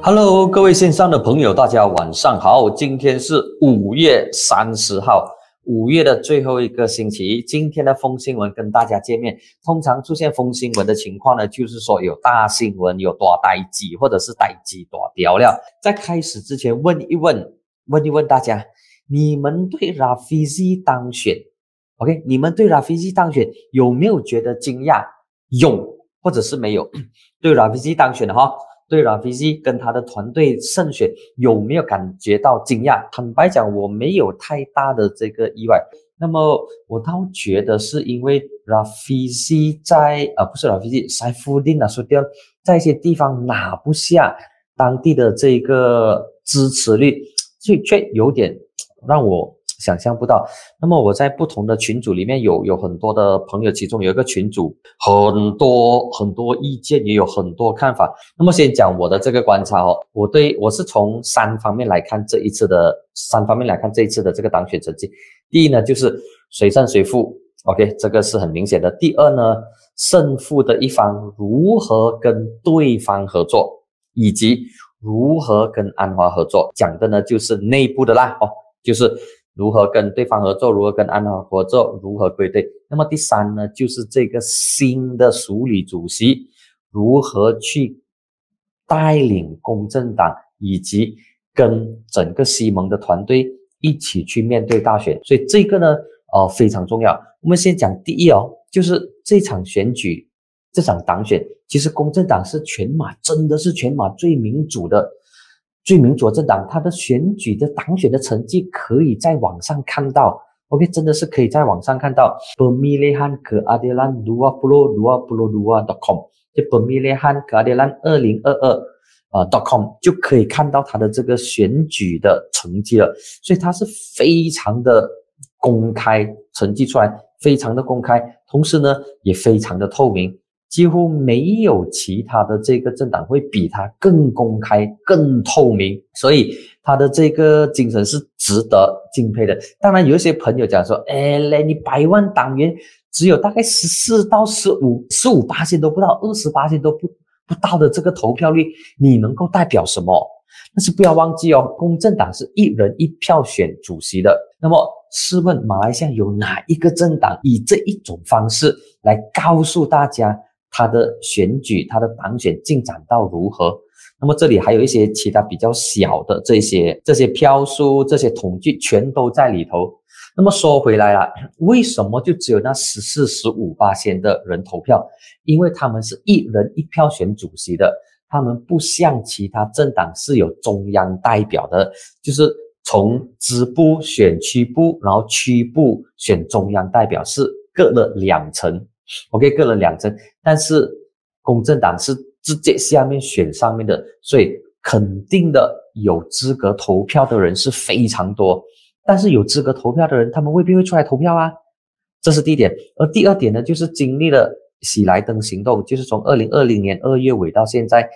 Hello，各位线上的朋友，大家晚上好。今天是5月30号，5月的最后一个星期。今天的风新闻跟大家见面。通常出现风新闻的情况呢，就是说有大新闻，有大代志，或者是代志大条了。在开始之前，问一问大家，你们对 Rafizi 当选 ，OK？ 你们对 Rafizi 当选有没有觉得惊讶？有，或者是没有？对 Rafizi 当选的哈。对 Rafizi 跟他的团队胜选有没有感觉到惊讶？坦白讲，我没有太大的这个意外。那么我倒觉得是因为 Rafizi 不是 Rafizi，Saifuddin Nasution 在一些地方拿不下当地的这个支持率，所以却有点让我想象不到。那么我在不同的群组里面有很多的朋友，其中有一个群组很多意见，也有很多看法。那么先讲我的这个观察哦，我是从三方面来看这一次的这个当选成绩。第一呢，就是谁胜谁负 ，OK， 这个是很明显的。第二呢，胜负的一方如何跟对方合作，以及如何跟安华合作，讲的呢就是内部的啦就是如何跟对方合作，如何跟安华合作，如何归队。那么第三呢，就是这个新的署理主席如何去带领公正党，以及跟整个西蒙的团队一起去面对大选。所以这个呢，非常重要。我们先讲第一就是这场选举，这场党选，其实公正党是真的是全马最民主的政党，它的选举的党选的成绩可以在网上看到 ，OK， 真的是可以在网上看到。Pemilihan Keadilan 2022.com， 就 Pemilihan Keadilan 2022.com 就可以看到它的这个选举的成绩了，所以它是非常的公开，成绩出来非常的公开，同时呢也非常的透明。几乎没有其他的这个政党会比它更公开、更透明，所以他的这个精神是值得敬佩的。当然，有一些朋友讲说，你100万党员只有大概14到15%都不到，20%都不到的这个投票率，你能够代表什么？但是不要忘记公正党是1人1票选主席的。那么试问马来西亚有哪一个政党以这一种方式来告诉大家他的选举、他的党选进展到如何？那么这里还有一些其他比较小的这些票数、这些统计全都在里头。那么说回来了，为什么就只有那14、15% 的人投票？因为他们是1人1票选主席的，他们不像其他政党是有中央代表的，就是从支部选区部，然后区部选中央代表，是各了2层。OK， 各了2层，但是公正党是直接下面选上面的，所以肯定的有资格投票的人是非常多，但是有资格投票的人，他们未必会出来投票啊，这是第一点。而第二点呢，就是经历了喜来登行动，就是从2020年2月尾到现在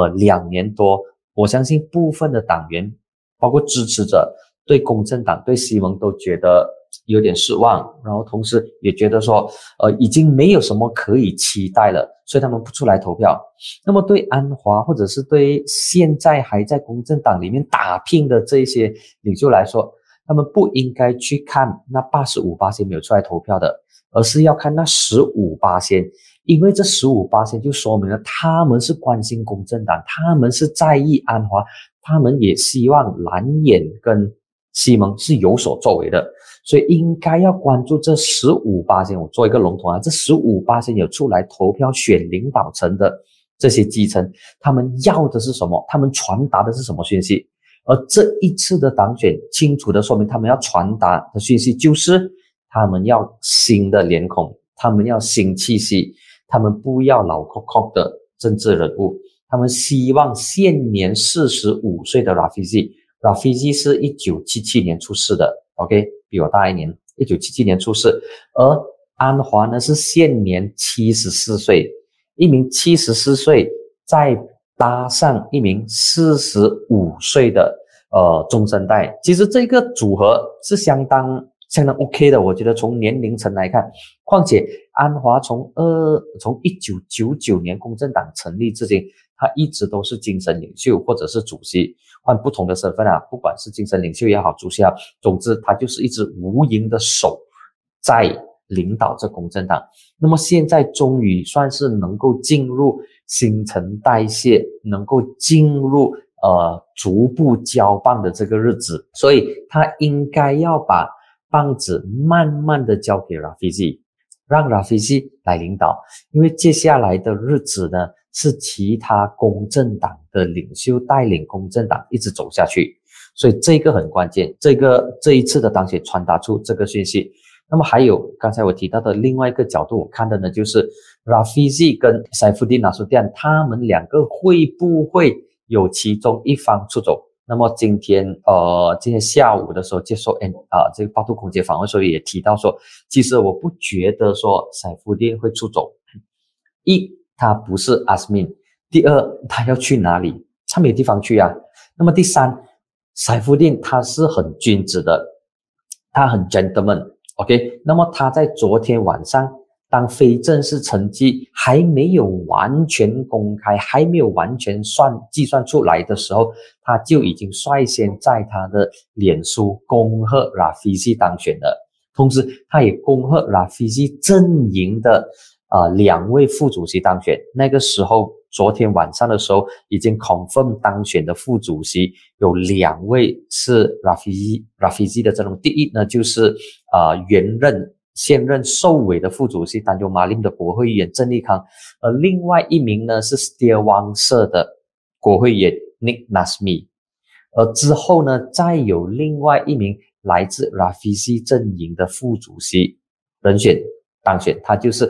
2年多，我相信部分的党员包括支持者对公正党、对西蒙都觉得有点失望，然后同时也觉得说已经没有什么可以期待了，所以他们不出来投票。那么对安华或者是对现在还在公正党里面打拼的这些领袖来说，他们不应该去看那85% 没有出来投票的，而是要看那15%，因为这15% 就说明了他们是关心公正党，他们是在意安华，他们也希望蓝眼跟西蒙是有所作为的，所以应该要关注这15%。我做一个笼统这15% 有出来投票选领导层的这些基层，他们要的是什么？他们传达的是什么讯息？而这一次的党选清楚的说明，他们要传达的讯息就是他们要新的脸孔，他们要新气息，他们不要老扣扣的政治人物，他们希望现年45岁的 Rafizi是1977年出世的 ，OK， 比我大1年，1977年出世。而安华呢是现年74岁，一名74岁再搭上一名45岁的中生代，其实这个组合是相当相当 OK 的，我觉得从年龄层来看，况且安华从1999年公正党成立至今，他一直都是精神领袖或者是主席，换不同的身份啊，不管是精神领袖也好，主席啊，总之他就是一只无形的手在领导着公正党。那么现在终于算是能够进入新陈代谢，能够进入逐步交棒的这个日子，所以他应该要把棒子慢慢的交给 Rafizi， 让 Rafizi 来领导，因为接下来的日子呢，是其他公正党的领袖带领公正党一直走下去，所以这个很关键，这一次的当选传达出这个讯息。那么还有刚才我提到的另外一个角度，我看的呢就是 Rafizi 跟 Saifuddin Nasution 他们两个会不会有其中一方出走。那么今天下午的时候接受这个八度空间访问的时候也提到说，其实我不觉得说Saifuddin会出走。一，他不是 Azmin； 第二，他要去哪里？他没地方去啊。那么第三，Saifuddin他是很君子的，他很 gentleman。OK， 那么他在昨天晚上，当非正式成绩还没有完全公开，还没有完全计算出来的时候，他就已经率先在他的脸书恭贺 Rafizi 当选了。同时，他也恭贺 Rafizi 阵营的2位副主席当选。那个时候，昨天晚上的时候，已经 confirm 当选的副主席有2位是 Rafizi 的阵容。第一呢，就是现任受委的副主席丹尤马林的国会议员郑立康，另外一名呢是 Setiawang 社的国会议员 Nik Nazmi， 之后呢再有另外一名来自 Rafizi 阵营的副主席人选当选，他就是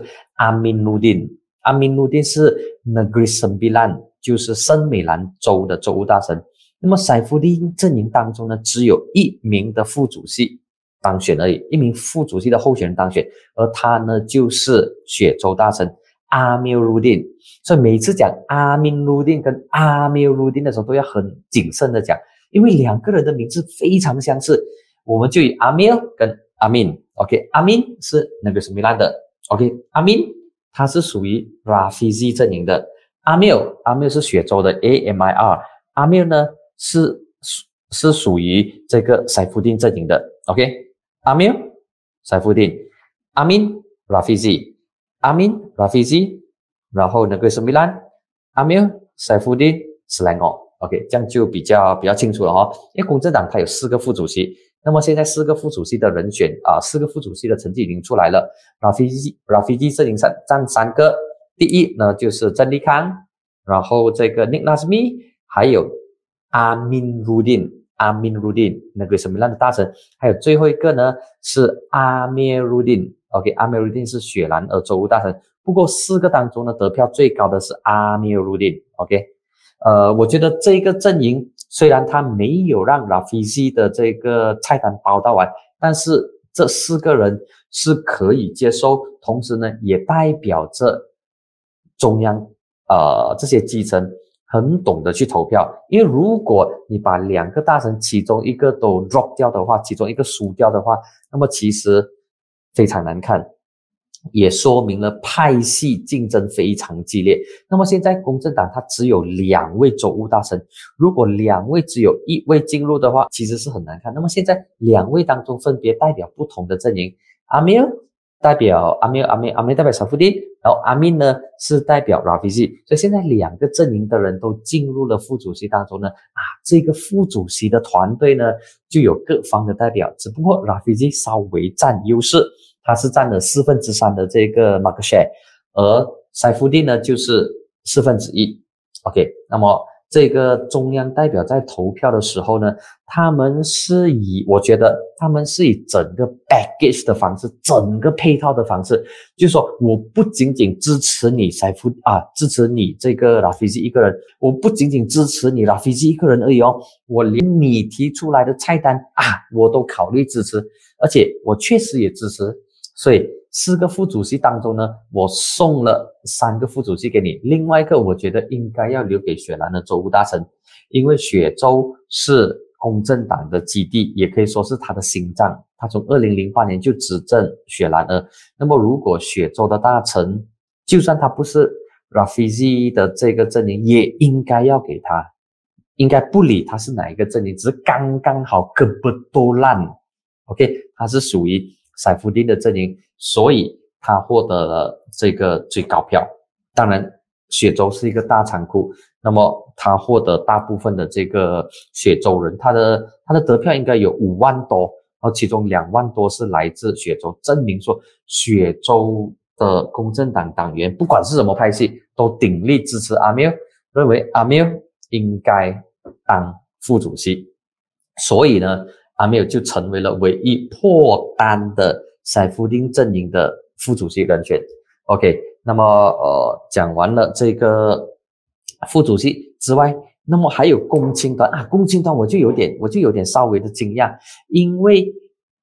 Aminuddin。Aminuddin 是 Negeri Sembilan， 就是圣美兰州的州务大臣。那么 Saifuddin 阵营当中呢，只有1名的副主席当选而已，1名副主席的候选人当选，而他呢就是雪州大臣 Amiruddin。所以每次讲 Aminuddin 跟 Amiruddin 的时候都要很谨慎的讲，因为2个人的名字非常相似，我们就以 Amir 跟 Amin。OK， Amin 是那个什么样的 ？OK， Amin 他是属于 Rafizi 阵营的。Amir 是雪州的 Amir， 呢是属于这个 Saifuddin 阵营的。OK，Amir Saifuddin， Amin Rafizi， Amin Rafizi， 然后那个9 Amir Saifuddin Selangor。OK， 这样就比较清楚了哈。因为公正党它有4个副主席，那么现在4个副主席的人选4个副主席的成绩已经出来了。Rafizi 阵营占3个，第一呢就是郑立康，然后这个 Nik Nazmi， 还有 Aminuddin 那个什么样的大臣，还有最后一个呢是 Amiruddin。OK， Amiruddin 是雪兰州务大臣。不过4个当中呢，得票最高的是 Amiruddin。OK， 我觉得这个阵营虽然他没有让 Rafizi 的这个菜单包到完，但是这4个人是可以接受，同时呢也代表着中央这些基层很懂得去投票。因为如果你把2个大臣其中一个都 drop 掉的话，其中一个输掉的话，那么其实非常难看，也说明了派系竞争非常激烈。那么现在公正党它只有2位州务大臣，如果2位只有1位进入的话，其实是很难看。那么现在2位当中分别代表不同的阵营， Amir 代表 Amir 代表 Saifuddin， 然后 Amin 呢是代表 Rafizi， 所以现在2个阵营的人都进入了副主席当中呢，这个副主席的团队呢就有各方的代表，只不过 Rafizi 稍微占优势，他是占了3/4的这个 market share， 而 Saifuddin 呢就是1/4。OK， 那么这个中央代表在投票的时候呢，我觉得他们是以整个 package 的方式，整个配套的方式，就是说我不仅仅支持你支持你这个 Rafizi 一个人，我不仅仅支持你 Rafizi 一个人而已哦，我连你提出来的菜单我都考虑支持，而且我确实也支持。所以4个副主席当中呢，我送了3个副主席给你，另外一个我觉得应该要留给雪兰的州务大臣，因为雪州是公正党的基地，也可以说是他的心脏， 他从2008年就执政雪兰莪。那么如果雪州的大臣，就算他不是 Rafizi 的这个阵营，也应该要给他，应该不理他是哪一个阵营，只是刚刚好根本都烂。OK， 他是属于塞夫丁的阵营，所以他获得了这个最高票。当然，雪州是一个大仓库，那么他获得大部分的这个雪州人，他的得票应该有5万多，然后其中2万多是来自雪州，证明说雪州的公正党党员不管是什么派系，都鼎力支持阿缪，认为阿缪应该当副主席，所以呢，阿缪就成为了唯一破单的塞夫丁阵营的副主席人选。OK， 那么讲完了这个副主席之外，那么还有共青团啊，共青团我就有点稍微的惊讶，因为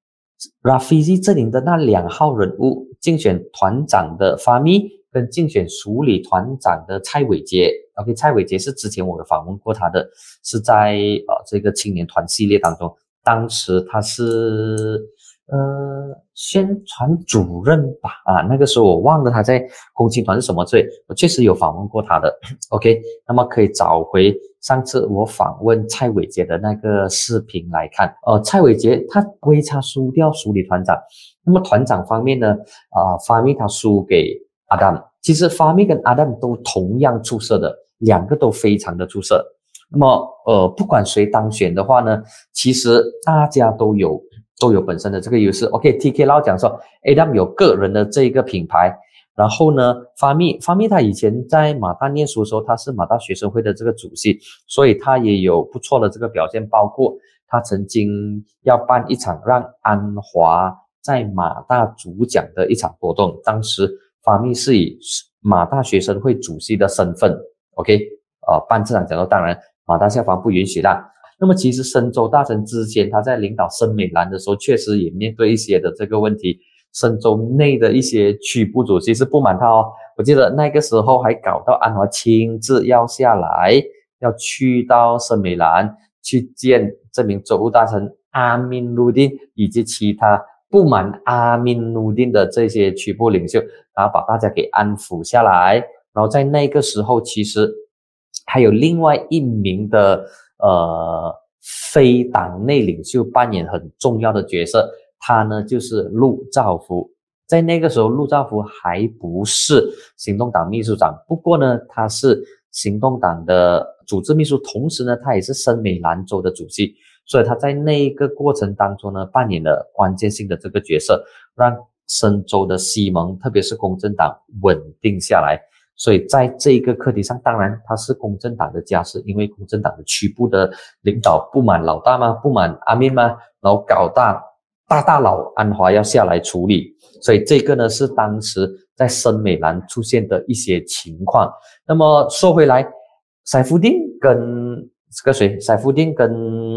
Rafizi 阵营的那2号人物，竞选团长的发米跟竞选署理团长的蔡伟杰 ，OK， 蔡伟杰是之前我有访问过他的，是在这个青年团系列当中，当时他是宣传主任吧，那个时候我忘了他在共青团是什么罪，我确实有访问过他的，OK， 那么可以找回上次我访问蔡伟杰的那个视频来看，蔡伟杰他微差输掉署理团长，那么团长方面呢，发米他输给阿丹，其实发米跟阿丹都同样出色的，2个都非常的出色，那么不管谁当选的话呢，其实大家都有本身的这个优势。OK，TK 老讲说 Adam 有个人的这个品牌，然后呢，发米他以前在马大念书的时候，他是马大学生会的这个主席，所以他也有不错的这个表现，包括他曾经要办一场让安华在马大主讲的一场活动，当时发米是以马大学生会主席的身份 ，OK， 办这场讲座，当然马大校方不允许啦。那么其实深州大臣之前他在领导深美兰的时候，确实也面对一些的这个问题，深州内的一些区部主席是不满他哦。我记得那个时候还搞到安华亲自要下来，要去到深美兰去见这名州务大臣阿敏努丁以及其他不满阿敏努丁的这些区部领袖，然后把大家给安抚下来。然后在那个时候，其实还有另外一名的非党内领袖扮演很重要的角色，他呢就是陆兆福。在那个时候，陆兆福还不是行动党秘书长，不过呢，他是行动党的组织秘书，同时呢，他也是深美兰州的主席，所以他在那个过程当中呢，扮演了关键性的这个角色，让深州的西盟，特别是公正党稳定下来。所以在这个课题上，当然他是公正党的家事，因为公正党的区部的领导不满老大吗？不满阿敏吗？然后搞大佬安华要下来处理，所以这个呢是当时在深美兰出现的一些情况。那么说回来，塞夫丁跟塞夫丁跟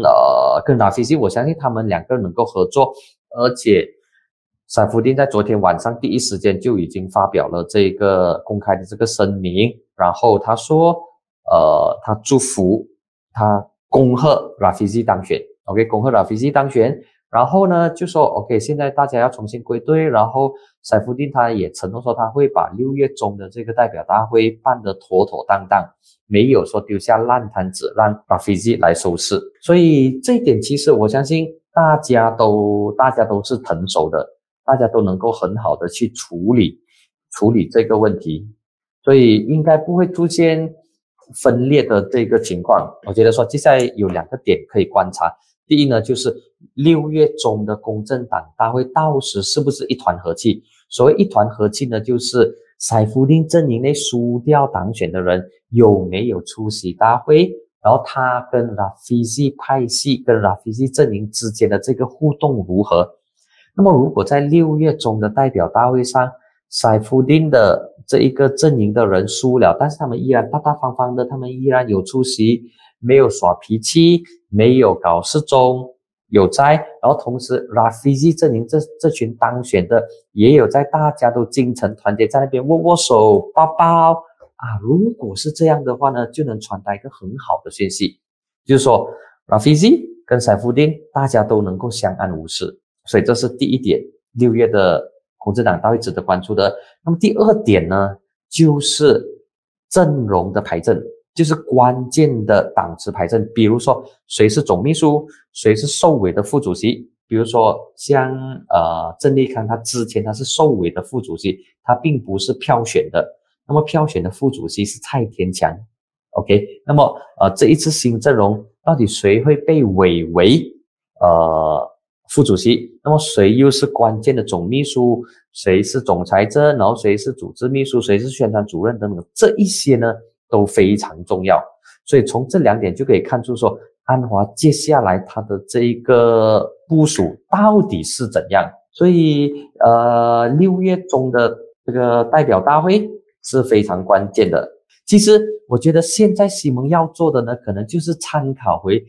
Rafizi，我相信他们2个能够合作，而且塞夫丁在昨天晚上第一时间就已经发表了这个公开的这个声明，然后他说，他祝福他恭贺 Rafizi 当选 ，OK， 恭贺 Rafizi 当选，然后呢就说 OK， 现在大家要重新归队，然后塞夫丁他也承诺说他会把6月中的这个代表大会办得妥妥当当，没有说丢下烂摊子让 Rafizi 来收拾，所以这一点其实我相信大家都是成熟的。大家都能够很好的去处理这个问题，所以应该不会出现分裂的这个情况。我觉得说接下来有2个点可以观察，第一呢就是6月中的公正党大会到时是不是一团和气，所谓一团和气呢，就是塞夫丁阵营内输掉当选的人有没有出席大会，然后他跟 Rafizi 派系跟 Rafizi 阵营之间的这个互动如何。那么如果在6月中的代表大会上，塞夫丁的这一个阵营的人输了，但是他们依然大大方方的，他们依然有出席，没有耍脾气，没有搞事中，有在，然后同时 Rafizi 阵营这群当选的也有在，大家都精诚团结在那边握握手抱抱啊。如果是这样的话呢，就能传达一个很好的讯息，就是说 Rafizi 跟塞夫丁大家都能够相安无事。 所以这是第一点，6月的公正党大会值得关注的。那么第二点呢，就是阵容的排阵，就是关键的党职排阵，比如说谁是总秘书，谁是受委的副主席。比如说像郑立康，他之前他是受委的副主席，他并不是票选的。那么票选的副主席是蔡天强 ，OK。那么这一次新阵容到底谁会被委为副主席？那么谁又是关键的总秘书？谁是总财政？然后谁是组织秘书？谁是宣传主任等等，这一些呢都非常重要。所以从这2点就可以看出说，安华接下来他的这一个部署到底是怎样。所以6月中的这个代表大会是非常关键的。其实我觉得现在西蒙要做的呢，可能就是参考回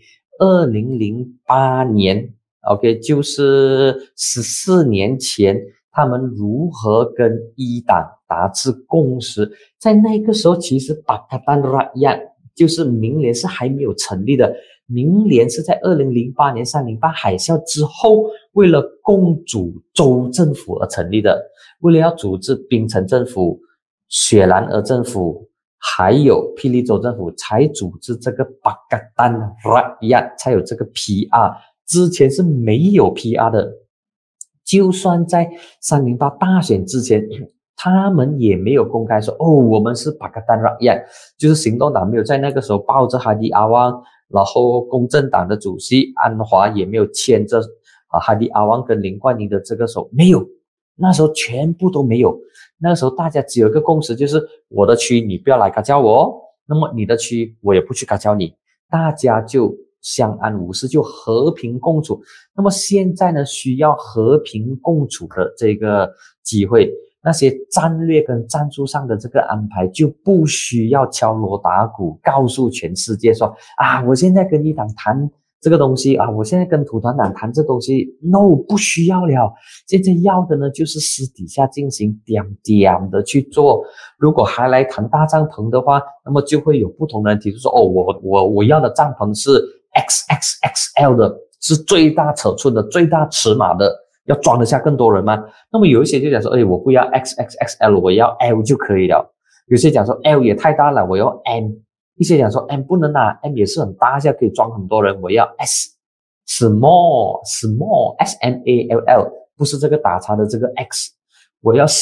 2008年 ，OK， 就是14年前他们如何跟一党达致共识。在那个时候，其实Pakatan Rakyat就是民联是还没有成立的。民联是在2008年308海啸之后，为了共主州政府而成立的，为了要组织槟城政府、雪兰莪政府还有霹雳州政府，才组织这个Pakatan Rakyat，才有这个 PR。之前是没有 PR 的，就算在308大选之前，他们也没有公开说我们是Pakatan Rakyat，就是行动党没有在那个时候抱着哈迪阿旺。然后公正党的主席安华也没有牵着哈迪阿旺跟林冠英的这个手，没有，那时候全部都没有。那个时候大家只有一个共识，就是我的区你不要来嘎叫我，那么你的区我也不去嘎叫你，大家就相安无事，就和平共处。那么现在呢，需要和平共处的这个机会。那些战略跟战术上的这个安排就不需要敲锣打鼓告诉全世界说我现在跟一党谈这个东西我现在跟土团党谈这东西 ，no， 不需要了。现在要的呢就是私底下进行点点的去做。如果还来谈大帐篷的话，那么就会有不同的人提出说我要的帐篷是 XXXL 的，是最大尺寸的、最大尺码的。要装得下更多人吗？那么有一些就讲说，我不要 XXXL， 我要 L 就可以了。有些讲说 L 也太大了，我要 M。一些讲说 M 不能M 也是很大下，可以装很多人，我要 S，small SMALL， 不是这个打叉的这个 X， 我要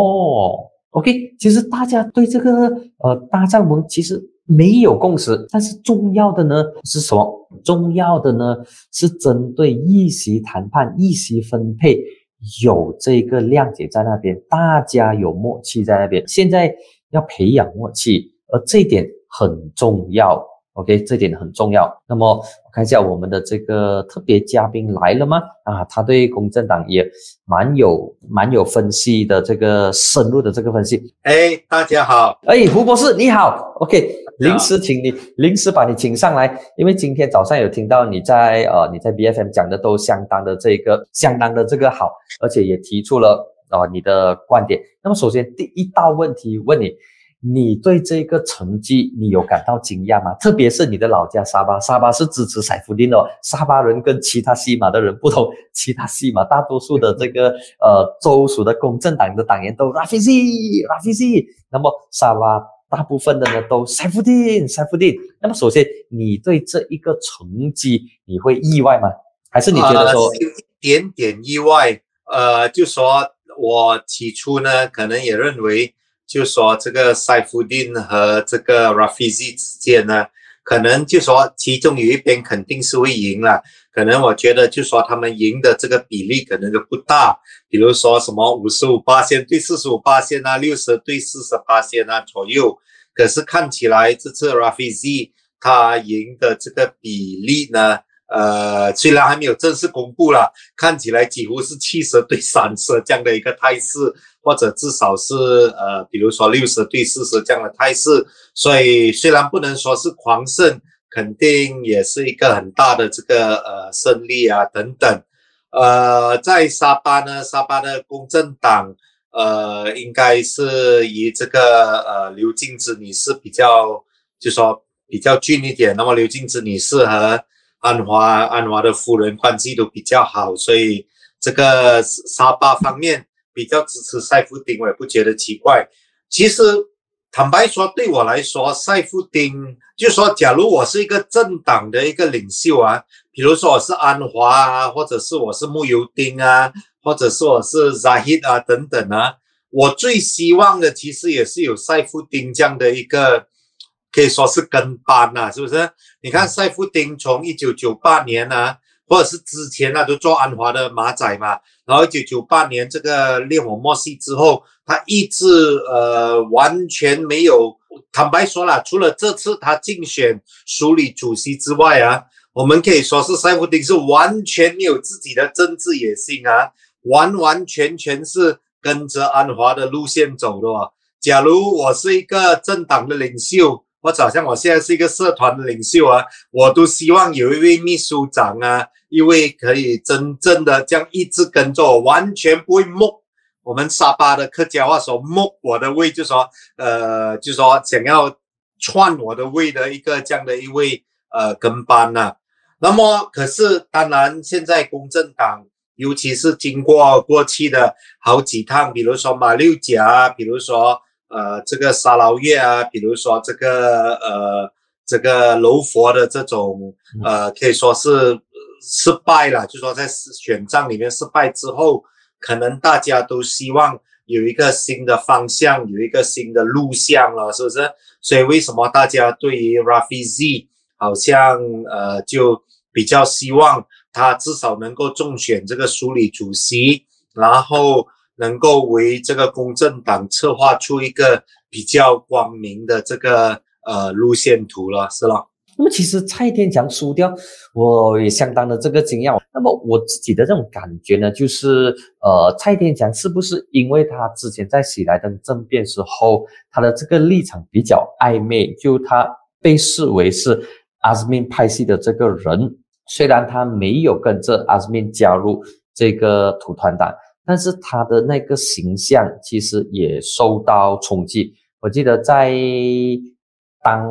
small。OK， 其实大家对这个大帐篷其实没有共识，但是重要的呢是什么？重要的呢是针对议席谈判、议席分配有这个谅解在那边，大家有默契在那边。现在要培养默契，而这一点很重要。OK， 这点很重要。那么我看一下我们的这个特别嘉宾来了吗？他对公正党也蛮有分析的，这个深入的这个分析。 大家好。 胡博士你好。OK， 临时把你请上来，因为今天早上有听到你在BFM 讲的都相当的这个好，而且也提出了你的观点。那么首先第一道问题问你对这个成绩你有感到惊讶吗？特别是你的老家沙巴是支持赛夫丁的沙巴人跟其他西马的人不同，其他西马大多数的这个州属的公正党的党员都 Rafizi， 那么沙巴大部分的呢都赛夫丁。那么首先你对这一个成绩你会意外吗？还是你觉得说有一点意外？就说我起初呢可能也认为就说这个赛夫丁和这个 Rafizi 之间呢，可能就说其中有一边肯定是会赢了。可能我觉得就说他们赢的这个比例可能就不大，比如说什么55%对45%60对40%左右。可是看起来这次 Rafizi 他赢的这个比例呢，虽然还没有正式公布了，看起来几乎是70对30这样的一个态势，或者至少是比如说60对40这样的态势。所以虽然不能说是狂胜，肯定也是一个很大的这个胜利等等。在沙巴呢，沙巴的公正党应该是以这个刘静芝女士比较近一点。那么刘静芝女士和安华的夫人关系都比较好，所以这个沙巴方面比较支持赛夫丁，我也不觉得奇怪。其实坦白说，对我来说，赛夫丁就是说，假如我是一个政党的一个领袖啊，比如说我是安华啊，或者是我是慕尤丁啊，或者是我是 Zahid 啊等等啊，我最希望的其实也是有赛夫丁这样的一个可以说是跟班啊，是不是？你看赛夫丁从1998年啊，或者是之前啊，都做安华的马仔嘛，然后1998年这个烈火默契之后，他一直完全没有，坦白说啦，除了这次他竞选署理主席之外啊，我们可以说是赛夫丁是完全没有自己的政治野心啊，完完全全是跟着安华的路线走的哦。假如我是一个政党的领袖，或者好像我现在是一个社团的领袖啊，我都希望有一位秘书长啊，一位可以真正的这样一直跟着我，完全不会摸。我们沙巴的客家话说摸我的胃，就说想要篡我的胃的一个这样的一位跟班啊。那么可是当然现在公正党尤其是经过过去的好几趟，比如说马六甲啊，比如说这个沙捞越啊，比如说这个柔佛的这种可以说是失败了，就说在选战里面失败之后，可能大家都希望有一个新的方向，有一个新的路向了，是不是？所以为什么大家对于 Rafizi 好像就比较希望他至少能够中选这个署理主席，然后能够为这个公正党策划出一个比较光明的这个路线图了，是了。 那么其实蔡天强输掉，我也相当的这个惊讶。那么我自己的这种感觉呢，就是蔡天强是不是因为他之前在喜来登政变时候，他的这个立场比较暧昧，就他被视为是阿兹敏派系的这个人，虽然他没有跟着阿兹敏加入这个土团党，但是他的那个形象其实也受到冲击。我记得在当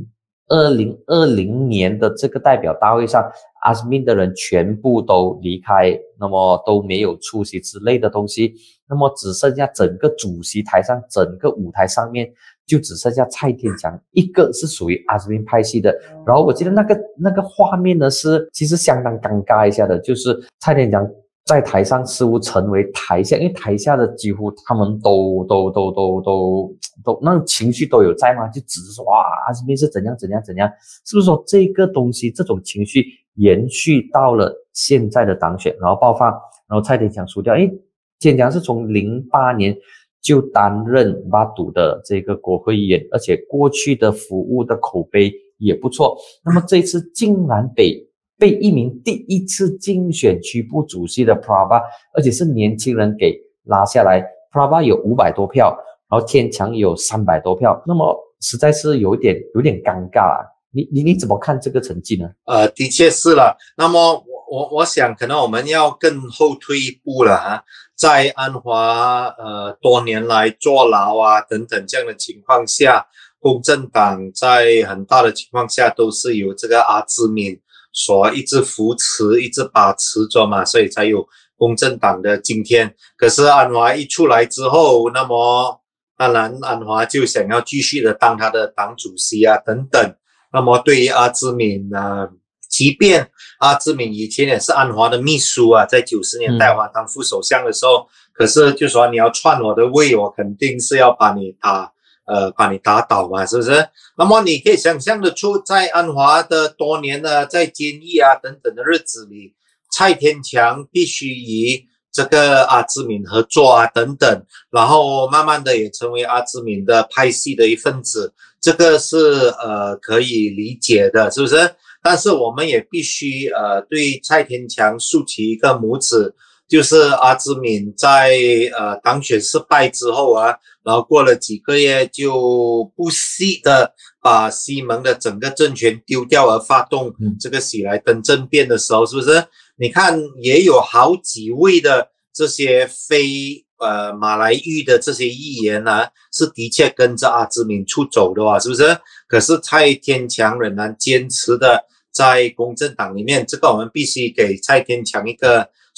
2020年的这个代表大会上，阿兹敏的人全部都离开，那么都没有出席之类的东西，那么只剩下整个主席台上，整个舞台上面就只剩下蔡天强一个是属于阿兹敏派系的。然后我记得那个画面呢是其实相当尴尬一下的，就是蔡天强在台上似乎成为台下，因为台下的几乎他们都那种情绪都有在嘛，就只是说哇，这边是怎样，是不是说这个东西这种情绪延续到了现在的当选，然后爆发，然后蔡天强输掉。天强是从08年就担任巴都的这个国会议员，而且过去的服务的口碑也不错，那么这一次竟然被一名第一次竞选区部主席的 Prabha， 而且是年轻人给拉下来。Prabha 有500多票，然后天强有300多票，那么实在是有点尴尬啊。你怎么看这个成绩呢？ 的确是了。那么我想可能我们要更后退一步了啊，在安华多年来坐牢啊等等这样的情况下，公正党在很大的情况下都是由这个阿兹敏所一直扶持，一直把持着嘛，所以才有公正党的今天。可是安华一出来之后，那么当然安华就想要继续的当他的党主席啊等等。那么对于阿兹敏即便阿兹敏以前也是安华的秘书啊，在90年代我当副首相的时候，可是就说你要篡我的位，我肯定是要把你打倒嘛，是不是？那么你可以想象得出，在安华的多年的在监狱啊等等的日子里，蔡天强必须与这个阿兹敏合作啊等等，然后慢慢的也成为阿兹敏的派系的一份子，这个是可以理解的，是不是？但是我们也必须对蔡天强竖起一个拇指，就是阿兹敏在当选失败之后啊，然后过了几个月就不惜的把西蒙的整个政权丢掉而发动这个喜来登政变的时候，是不是？你看也有好几位的这些非马来裔的这些议员啊，是的确跟着阿兹敏出走的啊，是不是？可是蔡天强仍然坚持的在公正党里面，这个我们必须给蔡天强一个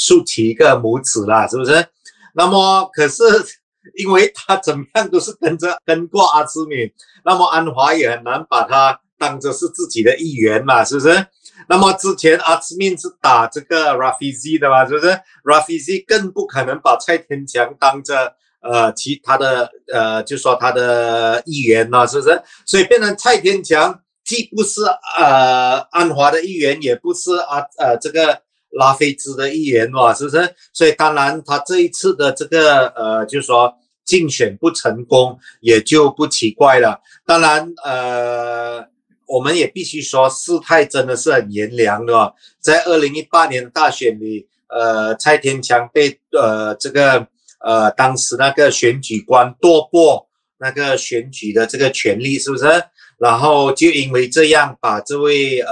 竖起一个拇指啦，是不是？那么可是因为他怎么样都是跟过阿兹敏，那么安华也很难把他当作是自己的一员嘛，是不是？那么之前阿兹敏是打这个 Rafizi 的嘛，是不是 ？Rafizi 更不可能把蔡天强当着他的就说他的一员嘛，是不是？所以变成蔡天强既不是安华的一员，也不是这个拉菲兹的一员嘛，是不是？所以当然他这一次的这个就说竞选不成功也就不奇怪了。当然我们也必须说事态真的是很炎凉的哦。在2018年的大选里，蔡天强被这个当时那个选举官夺过那个选举的这个权利，是不是？然后就因为这样把这位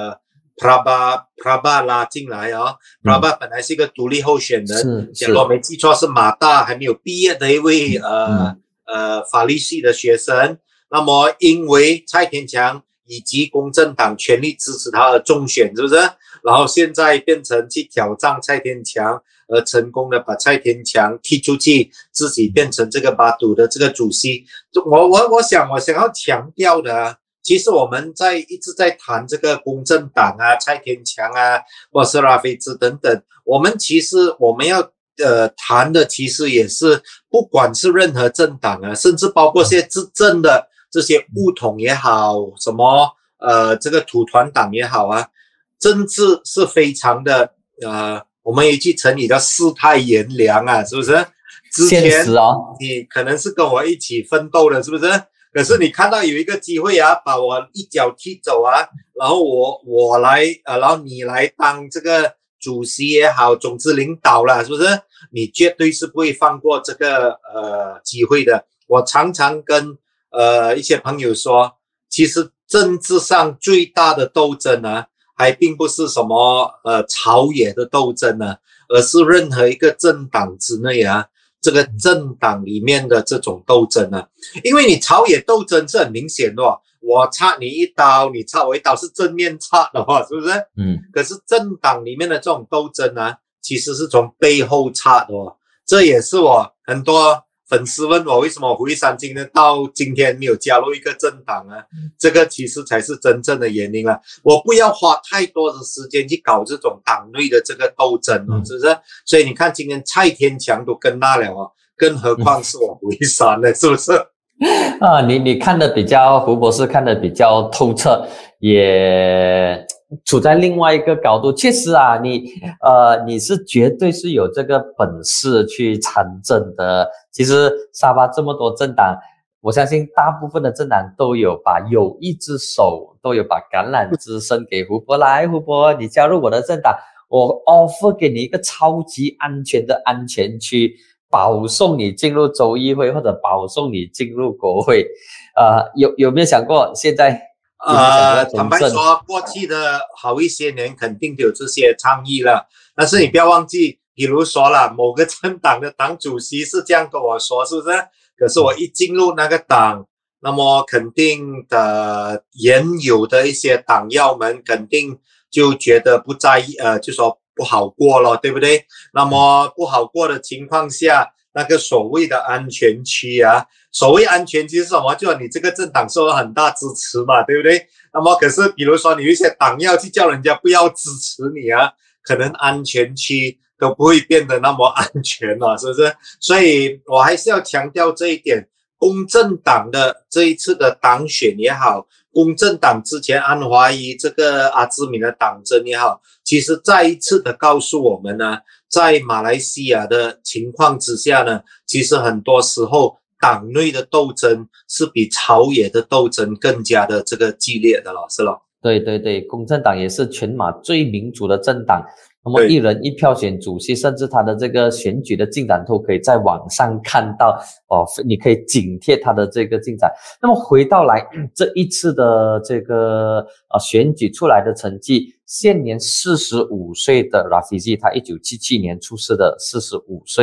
Prabha 拉进来啊。Prabha 本来是一个独立候选人，假如我没记错是马大还没有毕业的一位法律系的学生。那么因为蔡天强以及公正党全力支持他而中选，是不是？然后现在变成去挑战蔡天强，而成功的把蔡天强踢出去，自己变成这个巴赌的这个主席。我想要强调的其实我们一直在谈这个公正党啊、蔡天强啊，或是拉菲兹等等，我们要谈的其实也是不管是任何政党啊，甚至包括现在执政的这些巫统也好，什么这个土团党也好啊，政治是非常的我们有一句成语叫世态炎凉啊，是不是？之前你可能是跟我一起奋斗的，是不是？可是你看到有一个机会啊，把我一脚踢走啊，然后我来然后你来当这个主席也好，总之领导了，是不是？你绝对是不会放过这个机会的。我常常跟一些朋友说，其实政治上最大的斗争呢，还并不是什么朝野的斗争呢，而是任何一个政党之内啊，这个政党里面的这种斗争啊。因为你朝野斗争是很明显的我插你一刀，你插我一刀，是正面插的话，是不是？可是政党里面的这种斗争呢，其实是从背后插的这也是我很多粉丝问我为什么胡一山到今天没有加入一个政党呢？这个其实才是真正的原因了。我不要花太多的时间去搞这种党内的这个斗争是不是？所以你看今天蔡天强都跟那了更何况是我胡一山呢，是不是？ 你看的比较，胡博士看的比较透彻，也处在另外一个高度。确实啊，你是绝对是有这个本事去参政的。其实沙巴这么多政党，我相信大部分的政党都有一只手都有把橄榄枝伸给胡博来，胡博你加入我的政党，我 offer 给你一个超级安全的安全区，保送你进入州议会或者保送你进入国会。有没有想过现在坦白说过去的好一些年肯定有这些倡议了，但是你不要忘记，比如说啦，某个政党的党主席是这样跟我说，是不是？可是我一进入那个党，那么肯定的原有的一些党要们肯定就觉得不在意，就说不好过了，对不对？那么不好过的情况下，那个所谓的安全区啊，所谓安全区是什么？就是你这个政党受到很大支持嘛，对不对？那么可是比如说你有一些党要去叫人家不要支持你啊，可能安全区都不会变得那么安全了，是不是？所以我还是要强调这一点，公正党的这一次的党选也好，公正党之前安华伊这个阿兹敏的党争也好，其实再一次的告诉我们呢，在马来西亚的情况之下呢，其实很多时候党内的斗争是比朝野的斗争更加的这个激烈的了，是咯？ 对对对，公正党也是全马最民主的政党，那么一人一票选主席，甚至他的这个选举的进展都可以在网上看到你可以紧贴他的这个进展。那么回到来这一次的这个选举出来的成绩，现年45岁的 Rafizi， 他1977年出世的，45岁，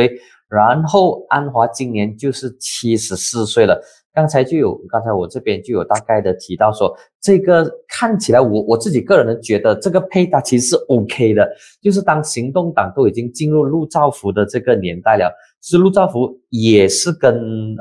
然后安华今年就是74岁了。刚才我这边就有大概的提到说，这个看起来我自己个人的觉得这个配搭其实是 OK 的，就是当行动党都已经进入陆兆福的这个年代了，是陆兆福也是跟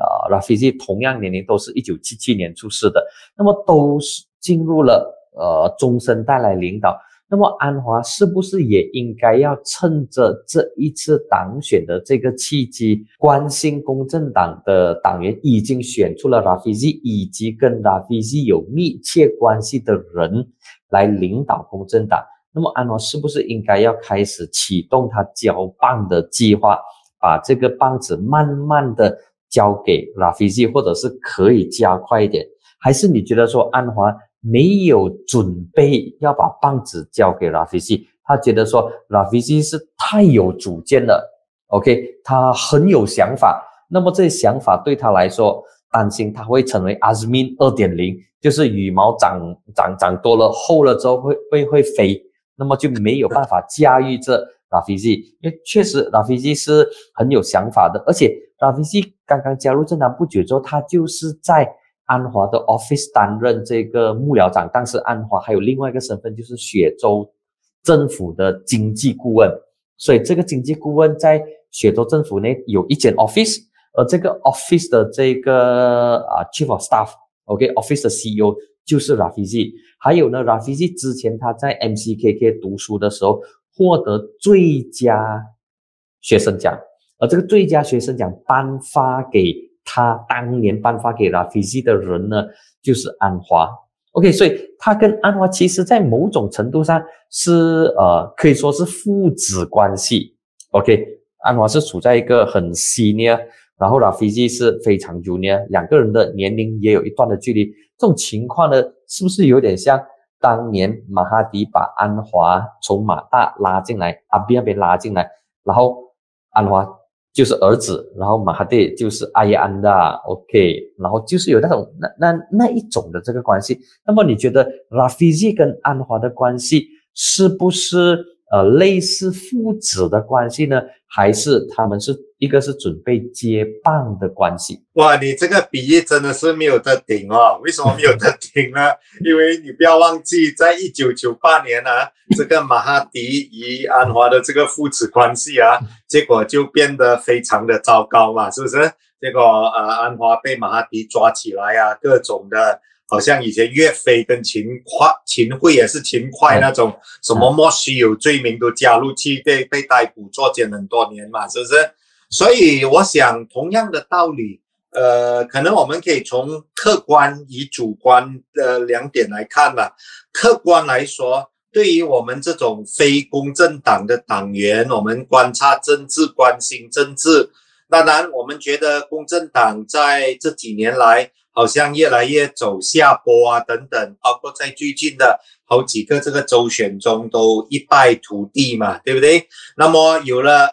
Rafizi 同样年龄，都是1977年出世的，那么都是进入了中生代来领导。那么安华是不是也应该要趁着这一次党选的这个契机，关心公正党的党员已经选出了 Rafizi 以及跟 Rafizi 有密切关系的人来领导公正党？那么安华是不是应该要开始启动他交棒的计划，把这个棒子慢慢的交给 Rafizi， 或者是可以加快一点？还是你觉得说安华没有准备要把棒子交给 Rafizi， 他觉得说 Rafizi 是太有主见了 ，OK， 他很有想法，那么这些想法对他来说，担心他会成为 Azmin 2.0， 就是羽毛长多了厚了之后会飞，那么就没有办法驾驭这 Rafizi， 因为确实 Rafizi 是很有想法的，而且 Rafizi 刚刚加入政党不久之后，他就是在安华的 office 担任这个幕僚长，当时安华还有另外一个身份，就是雪州政府的经济顾问，所以这个经济顾问在雪州政府内有一间 office， 而这个 office 的这个chief of staff，OK，office 的 CEO 就是 Rafizi。还有呢 ，Rafizi 之前他在 MCKK 读书的时候获得最佳学生奖，而这个最佳学生奖颁发给他当年颁发给 Rafizi 的人呢，就是安华。OK， 所以他跟安华其实在某种程度上是可以说是父子关系。OK， 安华是处在一个很 senior， 然后 Rafizi 是非常 junior， 两个人的年龄也有一段的距离。这种情况呢，是不是有点像当年马哈迪把安华从马大拉进来，阿比那边拉进来，然后安华就是儿子，然后马哈迪就是阿耶安的 ，OK， 然后就是有那种那一种的这个关系。那么你觉得 Rafizi 跟安华的关系是不是类似父子的关系呢？还是他们是一个是准备接棒的关系？ 哇，你这个比喻真的是没有得顶哦！为什么没有得顶呢？因为你不要忘记，在1998年啊，这个马哈迪与安华的这个父子关系啊，结果就变得非常的糟糕嘛，是不是？结果安华被马哈迪抓起来啊，各种的。好像以前岳飞跟秦桧也是秦桧那种什么莫须有罪名都加入去，被逮捕坐监很多年嘛，是不是？所以我想同样的道理，可能我们可以从客观与主观的两点来看吧。客观来说，对于我们这种非公正党的党员，我们观察政治、关心政治，当然我们觉得公正党在这几年来好像越来越走下坡啊，等等，包括在最近的好几个这个州选中都一败涂地嘛，对不对？那么有了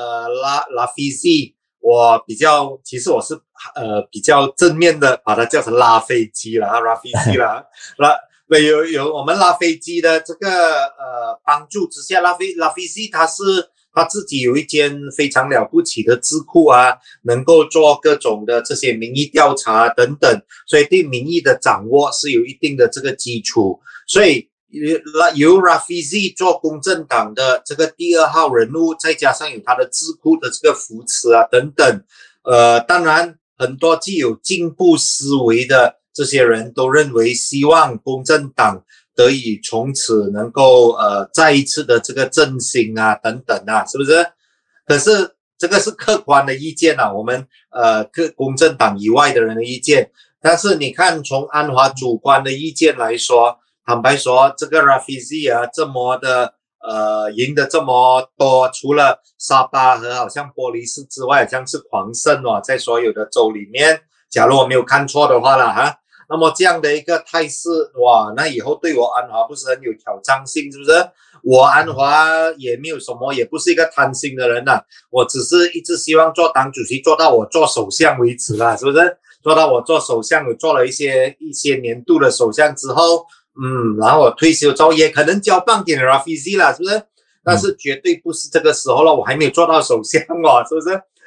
Rafizi，其实我是比较正面的，把它叫成拉飞机啦 ，Rafizi 啦，有我们拉飞机的这个帮助之下，Rafizi他自己有一间非常了不起的智库啊，能够做各种的这些民意调查等等，所以对民意的掌握是有一定的这个基础。所以由 Rafizi 做公正党的这个第2号人物，再加上有他的智库的这个扶持啊等等，当然很多具有进步思维的这些人都认为，希望公正党得以从此能够再一次的这个振兴啊等等啊，是不是？可是这个是客观的意见啊，我们公正党以外的人的意见。但是你看从安华主观的意见来说，坦白说这个 Rafizi 啊这么的赢得这么多，除了沙巴和好像波利斯之外，好像是狂胜哦，在所有的州里面，假如我没有看错的话啦哈。那么这样的一个态势，哇，那以后对我安华不是很有挑战性，是不是？我安华也没有什么，也不是一个贪心的人呐，我只是一直希望做党主席，做到我做首相为止啦，是不是？做到我做首相，我做了一些年度的首相之后，然后我退休之后也可能交棒给 Rafizi 啦，是不是？但是绝对不是这个时候了，我还没有做到首相哦，是不是？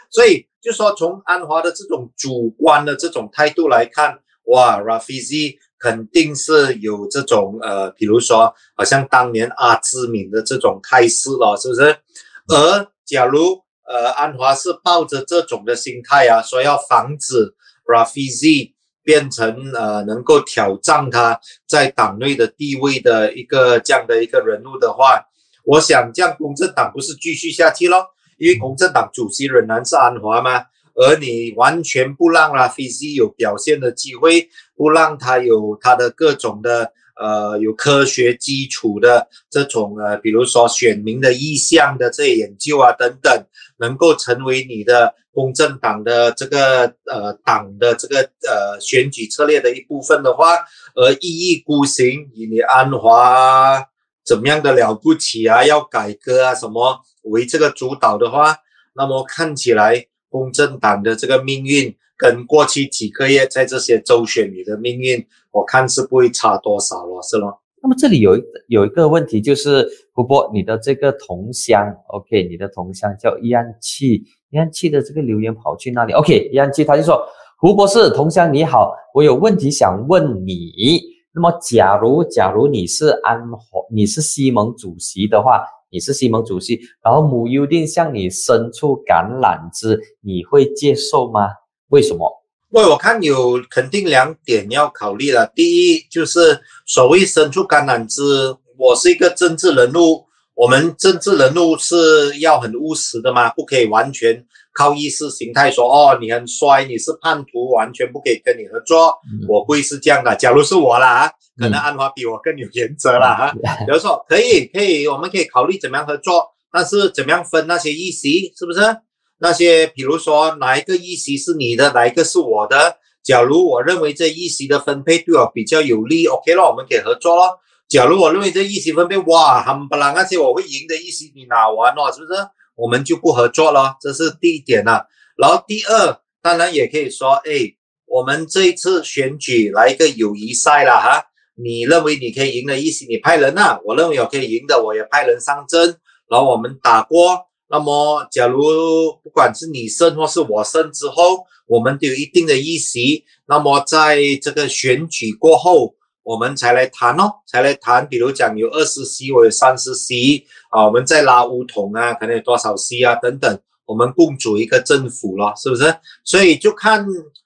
所以就说从安华的这种主观的这种态度来看，哇 Rafizi 肯定是有这种比如说好像当年阿兹敏的这种态势了，是不是？而假如安华是抱着这种的心态啊，说要防止 Rafizi 变成能够挑战他在党内的地位的一个这样的一个人物的话，我想这样公正党不是继续下去咯，因为公正党主席仍然是安华嘛，而你完全不让 Rafizi 有表现的机会，不让他有他的各种的有科学基础的这种比如说选民的意向的这些研究啊等等，能够成为你的公正党的这个党的这个选举策略的一部分的话，而一意孤行以你安华怎么样的了不起啊，要改革啊什么为这个主导的话，那么看起来公正党的这个命运跟过去几个月在这些州选里的命运，我看是不会差多少了，是咯。 那么这里有一个问题，就是胡波，你的这个同乡 ，OK， 你的同乡叫易安气的这个留言跑去哪里 ？OK， 易安气他就说，胡博士，同乡你好，我有问题想问你。那么假如你是西盟主席的话，然后姆尤丁向你伸出橄榄枝，你会接受吗？为什么？ 我看有肯定2点要考虑了。第一就是所谓伸出橄榄枝，我是一个政治人物，我们政治人物是要很务实的嘛，不可以完全靠意识形态说哦你很帅，你是叛徒，完全不可以跟你合作。我不会是这样的。假如是我啦，可能安华比我更有原则啦比如说可以，我们可以考虑怎么样合作，但是怎么样分那些议席，是不是？那些比如说哪一个议席是你的，哪一个是我的，假如我认为这议席的分配对我比较有利 OK 了，我们可以合作咯。假如我认为这议席分配哇冚唪唥那些我会赢的议席你拿完了，是不是？我们就不合作了，这是第一点了。然后第二，当然也可以说我们这一次选举来一个友谊赛了哈，你认为你可以赢的议席你派人啊，我认为我可以赢的我也派人上阵，然后我们打过。那么假如不管是你胜或是我胜之后，我们都有一定的议席，那么在这个选举过后我们才来谈比如讲有20席我有30席啊，我们再拉乌统啊，可能有多少席啊等等，我们共组一个政府了，是不是？所以就看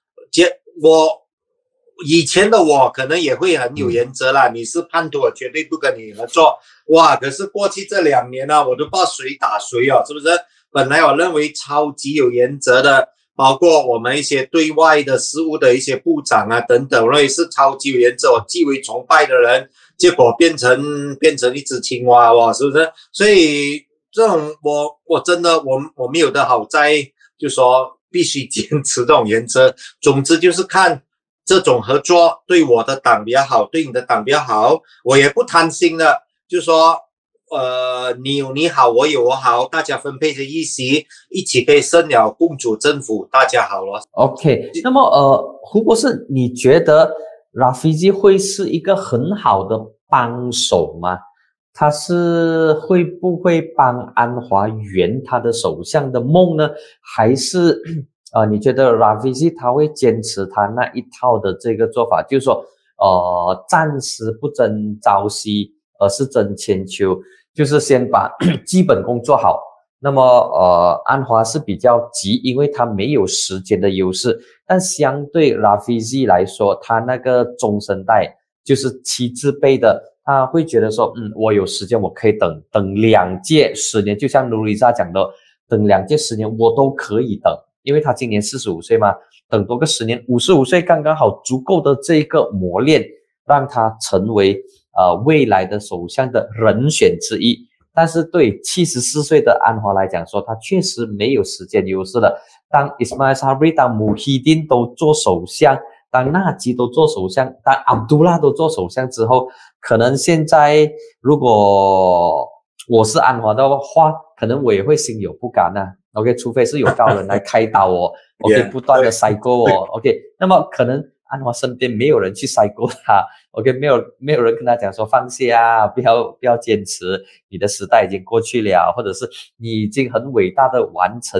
以前的我可能也会很有原则啦，你是叛徒我绝对不跟你合作。哇，可是过去这2年啊，我都不知道谁打谁哦，是不是？本来我认为超级有原则的，包括我们一些对外的事务的一些部长啊等等，我认为是超级有原则，我极为崇拜的人，结果变成一只青蛙哦，是不是？所以这种我真的我没有的好在，就说必须坚持这种原则。总之就是看这种合作对我的党比较好，对你的党比较好，我也不贪心的，就说你有你好，我有我好，大家分配着议席，一起可以胜了，共组政府，大家好了。 OK， 那么胡博士，你觉得 Rafizi 会是一个很好的帮手吗？他是会不会帮安华圆他的首相的梦呢？还是你觉得 Rafizi 他会坚持他那一套的这个做法，就是说暂时不争朝夕，而是争千秋，就是先把基本功做好。那么安华是比较急，因为他没有时间的优势，但相对 Rafizi 来说，他那个中生代就是7字辈的，他会觉得说我有时间我可以等2届10年，就像努里萨讲的，等2届10年我都可以等，因为他今年45岁嘛，等多个10年55岁刚刚好，足够的这个磨练让他成为未来的首相的人选之一。但是对74岁的安华来讲说，他确实没有时间优势了。当 Ismail Sabri 当 Muhyiddin 都做首相，当纳吉都做首相，当 Abdullah 都做首相之后，可能现在如果我是安华的话，可能我也会心有不甘OK， 除非是有高人来开导我OK， 不断的塞过我OK， 那么可能安华身边没有人去塞过他 OK， 没有人跟他讲说放下不要坚持，你的时代已经过去了，或者是你已经很伟大的完成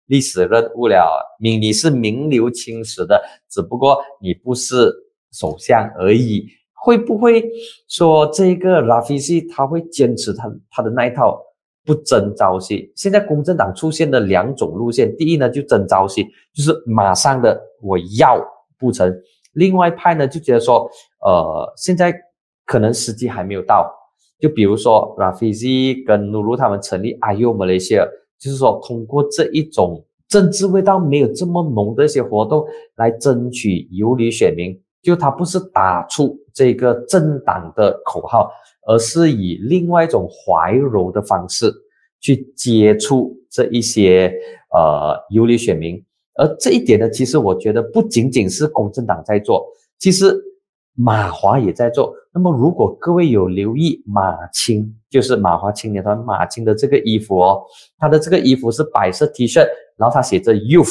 历史人物了，你是名留青史的，只不过你不是首相而已。会不会说这个 Rafizi 他会坚持他的那一套不争朝夕？现在公正党出现的两种路线，第一呢就争朝夕，就是马上的我要不成；另外一派呢就觉得说，现在可能时机还没有到。就比如说 Rafizi 跟 Nurul 他们成立 IU Malaysia， 就是说通过这一种政治味道没有这么浓的一些活动来争取游离选民。就他不是打出这个政党的口号，而是以另外一种怀柔的方式去接触这一些游离选民。而这一点呢，其实我觉得不仅仅是公正党在做，其实马华也在做。那么如果各位有留意马青，就是马华青年团马青的这个衣服哦，他的这个衣服是白色 T 恤，然后他写着 Youth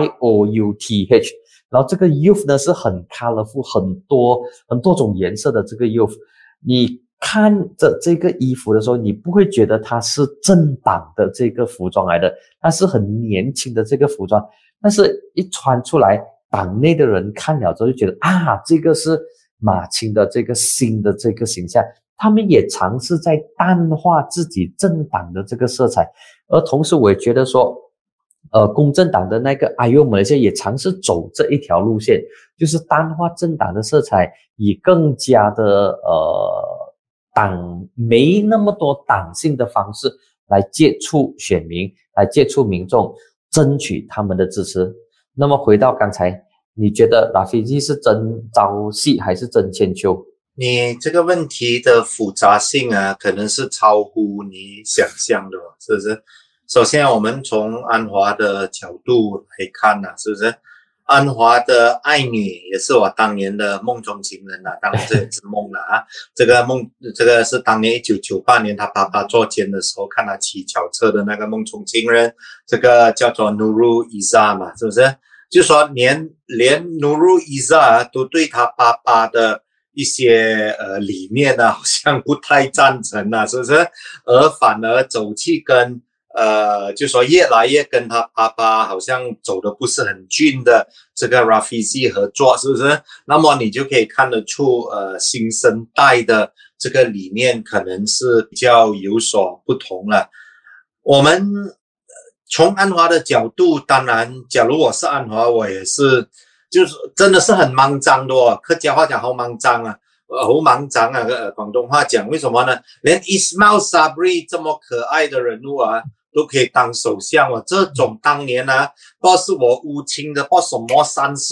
YOUTH，然后这个 youth 呢是很 colorful， 很多种颜色的这个 youth， 你看着这个衣服的时候，你不会觉得它是政党的这个服装来的，它是很年轻的这个服装，但是一穿出来，党内的人看了之后就觉得啊，这个是马青的这个新的这个形象，他们也尝试在淡化自己政党的这个色彩，而同时我也觉得说公正党的那个 IU Malaysia 也尝试走这一条路线，就是淡化政党的色彩，以更加的党没那么多党性的方式来接触选民，来接触民众，争取他们的支持。那么回到刚才，你觉得 Rafizi 是争朝夕还是争千秋？ 你这个问题的复杂性啊，可能是超乎你想象的，是不是？首先，我们从安华的角度来看呐，是不是？安华的爱女也是我当年的梦中情人呐，当然这也是梦了啊。这个是当年1998年他爸爸坐监的时候看他骑脚车的那个梦中情人，这个叫做 Nurul Izzah 嘛，是不是？就说连 Nurul Izzah 都对他爸爸的一些理念呢，好像不太赞成啊，是不是？而反而走去跟就说越来越跟他爸爸好像走的不是很近的这个 Rafizi 合作，是不是？那么你就可以看得出新生代的这个理念可能是比较有所不同了。我们从安华的角度，当然假如我是安华，我也是就是真的是很肮脏的哦，客家话讲好肮脏啊，好肮脏啊，广东话讲为什么呢？连 Ismail Sabri 这么可爱的人物啊都可以当首相啊，这种当年啊不知道是我乌青的不知道什么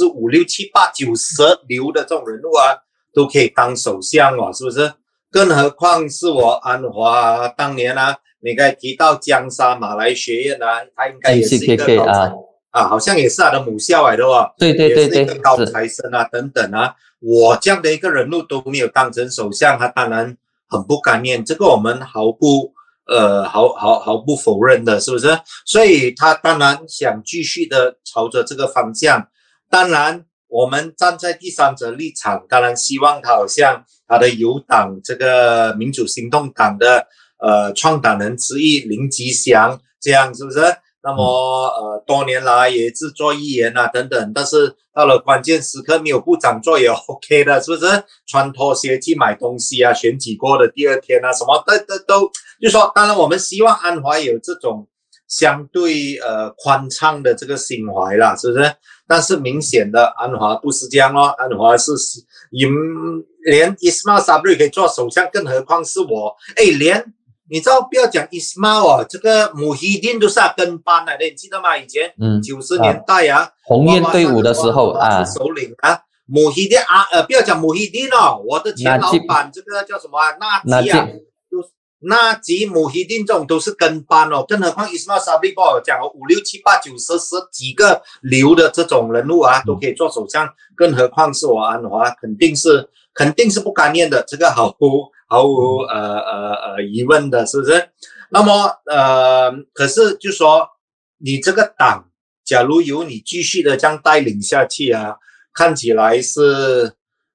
3、4、5、6、7、8、9、10流的这种人物啊都可以当首相啊，是不是？更何况是我安华当年啊，你刚才提到江沙马来学院啊，他应该也是一个高材好像也是他的母校来的哦， 对， 也是一个高材生啊等等啊，我这样的一个人物都没有当成首相，他当然很不甘愿，这个我们毫不否认的，是不是？所以他当然想继续的朝着这个方向。当然，我们站在第三者立场，当然希望他好像他的友党这个民主行动党的创党人之一林吉祥，这样是不是？那么多年来也是做议员啊等等，但是到了关键时刻没有部长做也 OK 的，是不是？穿拖鞋去买东西啊，选举过的第二天啊，什么都就说，当然我们希望安华有这种相对宽敞的这个心怀啦，是不是？但是明显的安华不是这样咯，安华是连 Ismail Sabri 可以做首相，更何况是我，连你知道不要讲 Ismail 啊，这个Muhyiddin都是他跟班来的，你记得吗？以前90年代啊， 红雁队伍的时候啊， 首领啊，Muhyiddin 不要讲 Muhyiddin 哦，我的前老板这个叫什么纳吉啊，纳吉Muhyiddin这种都是跟班哦，更何况 Ismail Sabri 讲5、6、7、8、9、10几个流的这种人物啊，都可以做首相，更何况是我安华，肯定是不甘愿的，这个毫无疑问的，是不是？那么可是就说你这个党，假如由你继续的这样带领下去啊，看起来是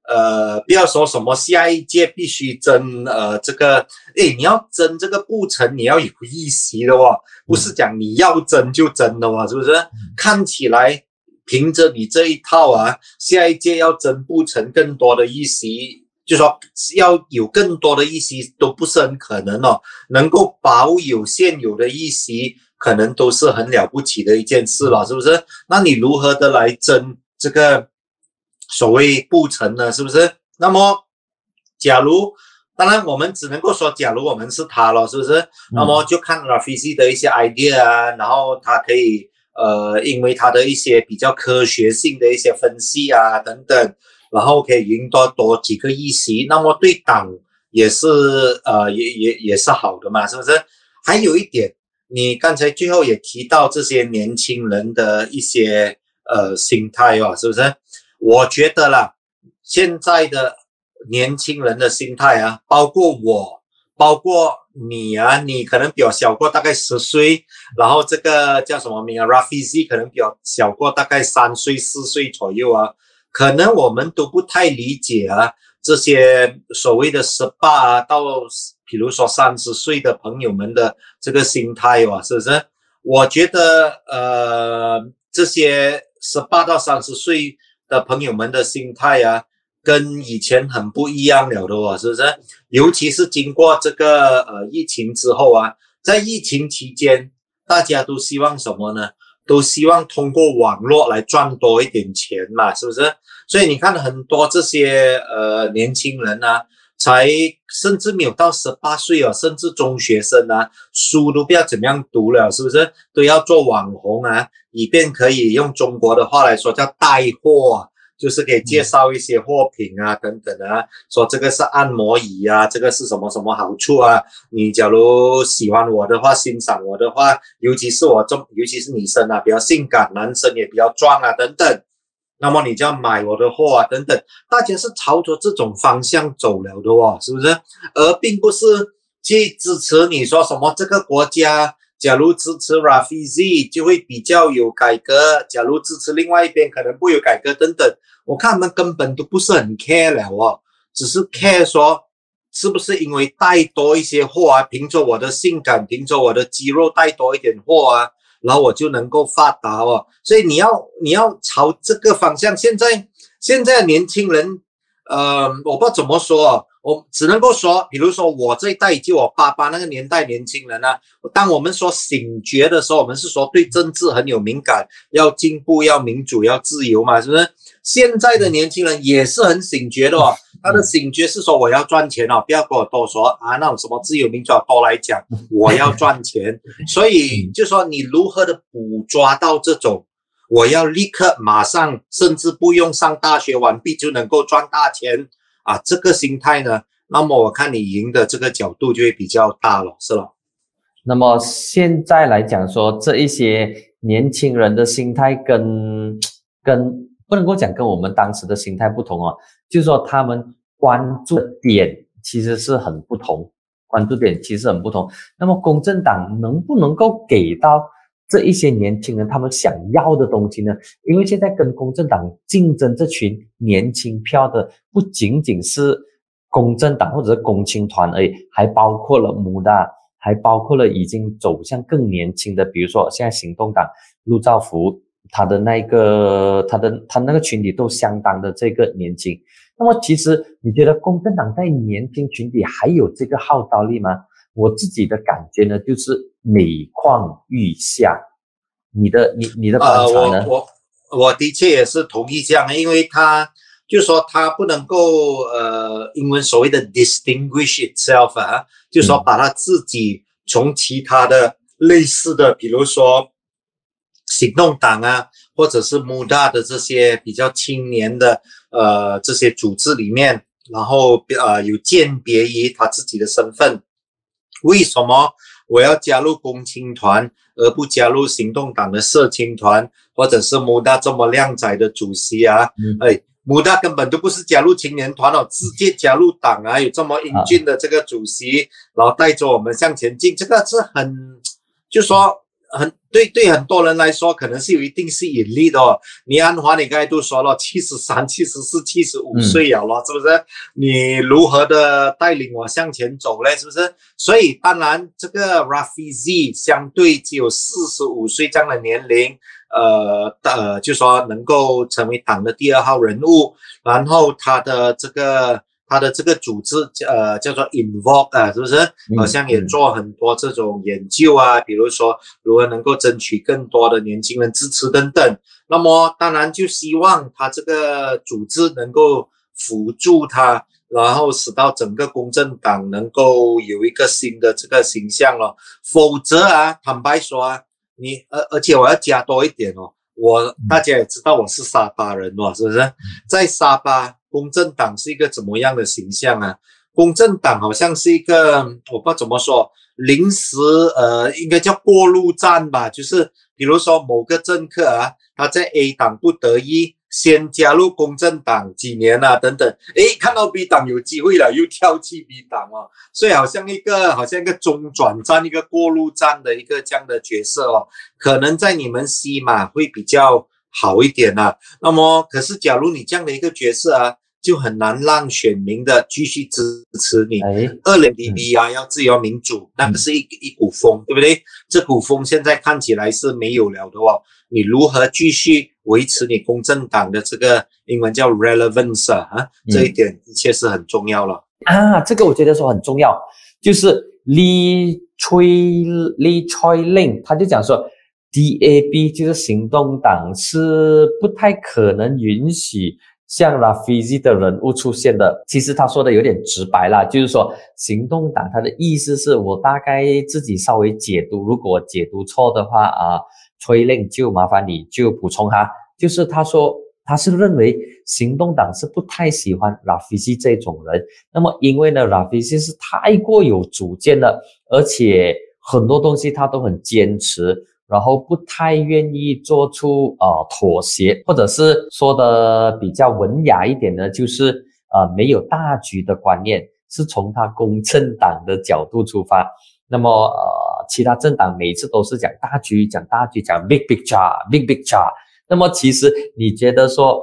不要说什么下一届必须争这个，你要争这个不成，你要有议席的哦，不是讲你要争就争的哦，是不是？看起来凭着你这一套啊，下一届要争不成更多的议席，就说要有更多的议席都不是很可能哦，能够保有现有的议席，可能都是很了不起的一件事了，是不是？那你如何的来争这个所谓不成呢？是不是？那么假如当然我们只能够说假如我们是他了，是不是？那么就看 Rafizi 的一些 idea 啊，然后他可以因为他的一些比较科学性的一些分析啊等等，然后可以赢多几个议席，那么对党也是也是好的嘛，是不是？还有一点，你刚才最后也提到这些年轻人的一些心态哦，是不是？我觉得啦，现在的年轻人的心态啊，包括我，包括你啊，你可能比我小过大概10岁，然后这个叫什么名啊 ，Rafizi 可能比我小过大概3岁4岁左右啊，可能我们都不太理解啊，这些所谓的18啊到比如说30岁的朋友们的这个心态哦，是不是？我觉得这些18到30岁的朋友们的心态啊，跟以前很不一样了的哦，是不是？尤其是经过这个疫情之后啊，在疫情期间，大家都希望什么呢？都希望通过网络来赚多一点钱嘛，是不是？所以你看很多这些年轻人啊，才甚至没有到18岁哦，甚至中学生啊，书都不要怎么样读了，是不是？都要做网红啊，以便可以用中国的话来说叫带货啊，就是给介绍一些货品啊等等啊，说这个是按摩椅啊，这个是什么什么好处啊？你假如喜欢我的话，欣赏我的话，尤其是女生啊，比较性感，男生也比较壮啊等等。那么你就要买我的货啊，等等，大家是朝着这种方向走了的哦，是不是？而并不是去支持你说什么这个国家，假如支持 Rafizi 就会比较有改革，假如支持另外一边可能不有改革等等。我看他们根本都不是很 care 了哦，只是 care 说是不是因为带多一些货啊，凭着我的性感，凭着我的肌肉带多一点货啊，然后我就能够发达哦，所以你要朝这个方向。现在的年轻人，我不知道怎么说哦，我只能够说，比如说我这一代，就我爸爸那个年代年轻人啊，当我们说醒觉的时候，我们是说对政治很有敏感，要进步，要民主，要自由嘛，是不是？现在的年轻人也是很醒觉的哦，他的醒觉是说我要赚钱哦，不要跟我多说啊那种什么自由民主多来讲，我要赚钱。所以就说你如何的捕捉到这种我要立刻马上，甚至不用上大学完毕就能够赚大钱啊，这个心态呢，那么我看你赢的这个角度就会比较大了，是了。 那么现在来讲说，这一些年轻人的心态跟不能够讲跟我们当时的心态不同哦，就是说他们关注的点其实是很不同，那么公正党能不能够给到这一些年轻人他们想要的东西呢？因为现在跟公正党竞争这群年轻票的不仅仅是公正党或者是共青团而已，还包括了MUDA，还包括了已经走向更年轻的，比如说现在行动党陆兆福，他的那个群体都相当的这个年轻。那么其实你觉得公正党在年轻群体还有这个号召力吗？我自己的感觉呢，就是每况愈下。你的观察呢？ 我的确也是同意这样，因为他就说他不能够英文所谓的 distinguish itself 啊，就说把他自己从其他的类似的，比如说行动党啊，或者是 MUDA 的这些比较青年的这些组织里面，然后有鉴别于他自己的身份。为什么我要加入共青团而不加入行动党的社青团，或者是MUDA这么靓仔的主席啊？MUDA 根本都不是加入青年团哦，直接加入党啊，有这么英俊的这个主席，然后带着我们向前进，这个是很就说对很多人来说，可能是有一定吸引力的哦。你安华，你刚才都说了，73、74、75岁了咯，是不是？你如何的带领我向前走嘞？是不是？所以当然，这个 Rafizi 相对只有45岁这样的年龄，就说能够成为党的第2号人物，然后他的这个组织叫做 Invoke 是不是？好像也做很多这种研究啊，比如说如何能够争取更多的年轻人支持等等。那么当然就希望他这个组织能够辅助他，然后使到整个公正党能够有一个新的这个形象了。否则啊，坦白说啊，而且我要加多一点哦，大家也知道我是沙巴人哦，是不是？在沙巴，公正党是一个怎么样的形象啊？公正党好像是一个我不知道怎么说，临时应该叫过路站吧，就是比如说某个政客啊，他在 A 党不得已先加入公正党几年啊等等，诶，看到 B 党有机会了，又跳去 B 党哦，所以好像一个中转站，一个过路站的一个这样的角色哦，可能在你们西马会比较好一点啊。那么可是假如你这样的一个角色啊，就很难让选民的继续支持你。20DB 啊，要自由民主，那个是一股风，对不对？这股风现在看起来是没有了的哦。你如何继续维持你公正党的这个英文叫 relevance 啊？这一点的确是很重要了啊。这个我觉得说很重要，就是 Lee Choi Ling 他就讲说 DAB 就是行动党是不太可能允许像 Rafizi 的人物出现的。其实他说的有点直白啦，就是说行动党他的意思是我大概自己稍微解读，如果解读错的话Choi Ling 就麻烦你就补充哈。就是他说他是认为行动党是不太喜欢 Rafizi 这种人，那么因为呢 Rafizi 是太过有主见了，而且很多东西他都很坚持，然后不太愿意做出妥协，或者是说的比较文雅一点呢，就是没有大局的观念，是从他公正党的角度出发。那么其他政党每次都是讲大局，讲 big picture。那么其实你觉得说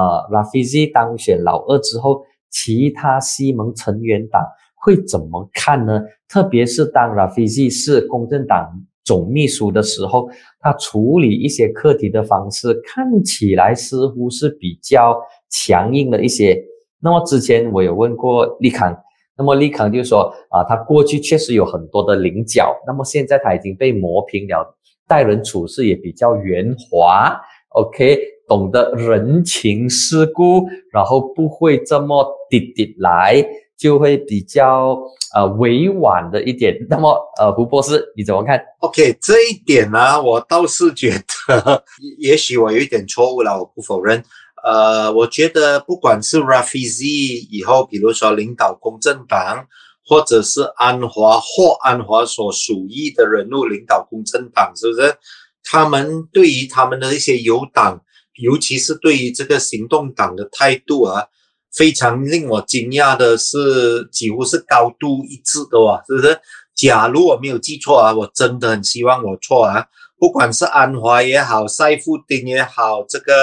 Rafizi 当选老二之后，其他西盟成员党会怎么看呢？特别是当 Rafizi 是公正党总秘书的时候，他处理一些课题的方式看起来似乎是比较强硬的一些。那么之前我有问过立康，那么立康就说他过去确实有很多的棱角，那么现在他已经被磨平了，待人处事也比较圆滑 OK， 懂得人情世故，然后不会这么滴来，就会比较委婉的一点。那么胡博士你怎么看？ OK， 这一点呢，我倒是觉得也许我有一点错误了，我不否认。我觉得不管是 Rafizi 以后比如说领导公正党，或者是安华所属意的人物领导公正党，是不是他们对于他们的一些友党，尤其是对于这个行动党的态度啊，非常令我惊讶的是几乎是高度一致的哦，是不是？假如我没有记错啊，我真的很希望我错啊，不管是安华也好，赛夫丁也好，这个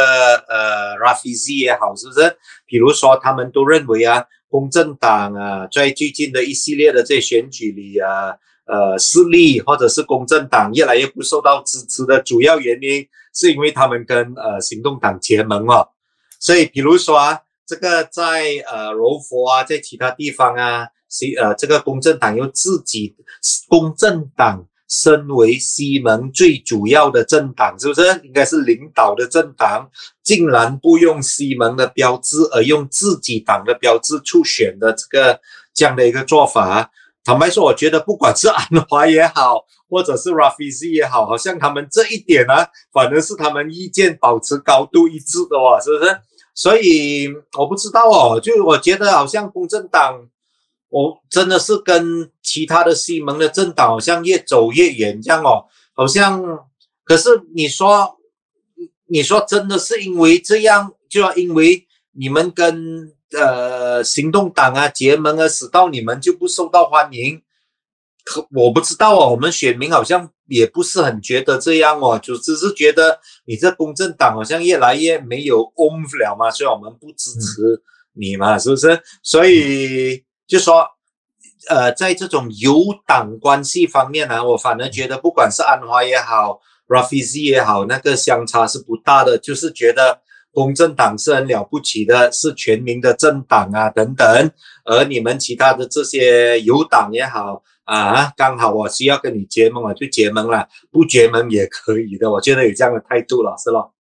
Rafizi 也好，是不是？比如说他们都认为啊，公正党啊，在最近的一系列的这选举里失利，或者是公正党越来越不受到支持的主要原因，是因为他们跟行动党结盟哦。所以比如说啊，这个在柔佛啊，在其他地方啊，这个公正党公正党身为西盟最主要的政党，是不是应该是领导的政党，竟然不用西盟的标志，而用自己党的标志出选的这样的一个做法，坦白说，我觉得不管是安华也好，或者是 Rafizi 也好，好像他们这一点呢，反而是他们意见保持高度一致的哦，是不是？所以我不知道哦，就我觉得好像公正党，我真的是跟其他的西盟的政党好像越走越远这样哦，好像可是你说真的是因为这样，就要因为你们跟行动党啊结盟啊，使到你们就不受到欢迎？我不知道哦，我们选民好像也不是很觉得这样哦，就只是觉得你这公正党好像越来越没有 oomph 了嘛，所以我们不支持你嘛，是不是？所以就说在这种有党关系方面呢，我反而觉得不管是安华也好 Rafizi 也好，那个相差是不大的，就是觉得公正党是很了不起的，是全民的政党啊等等，而你们其他的这些有党也好啊，刚好我需要跟你结盟，我就结盟了，不结盟也可以的，我觉得有这样的态度了，是咯。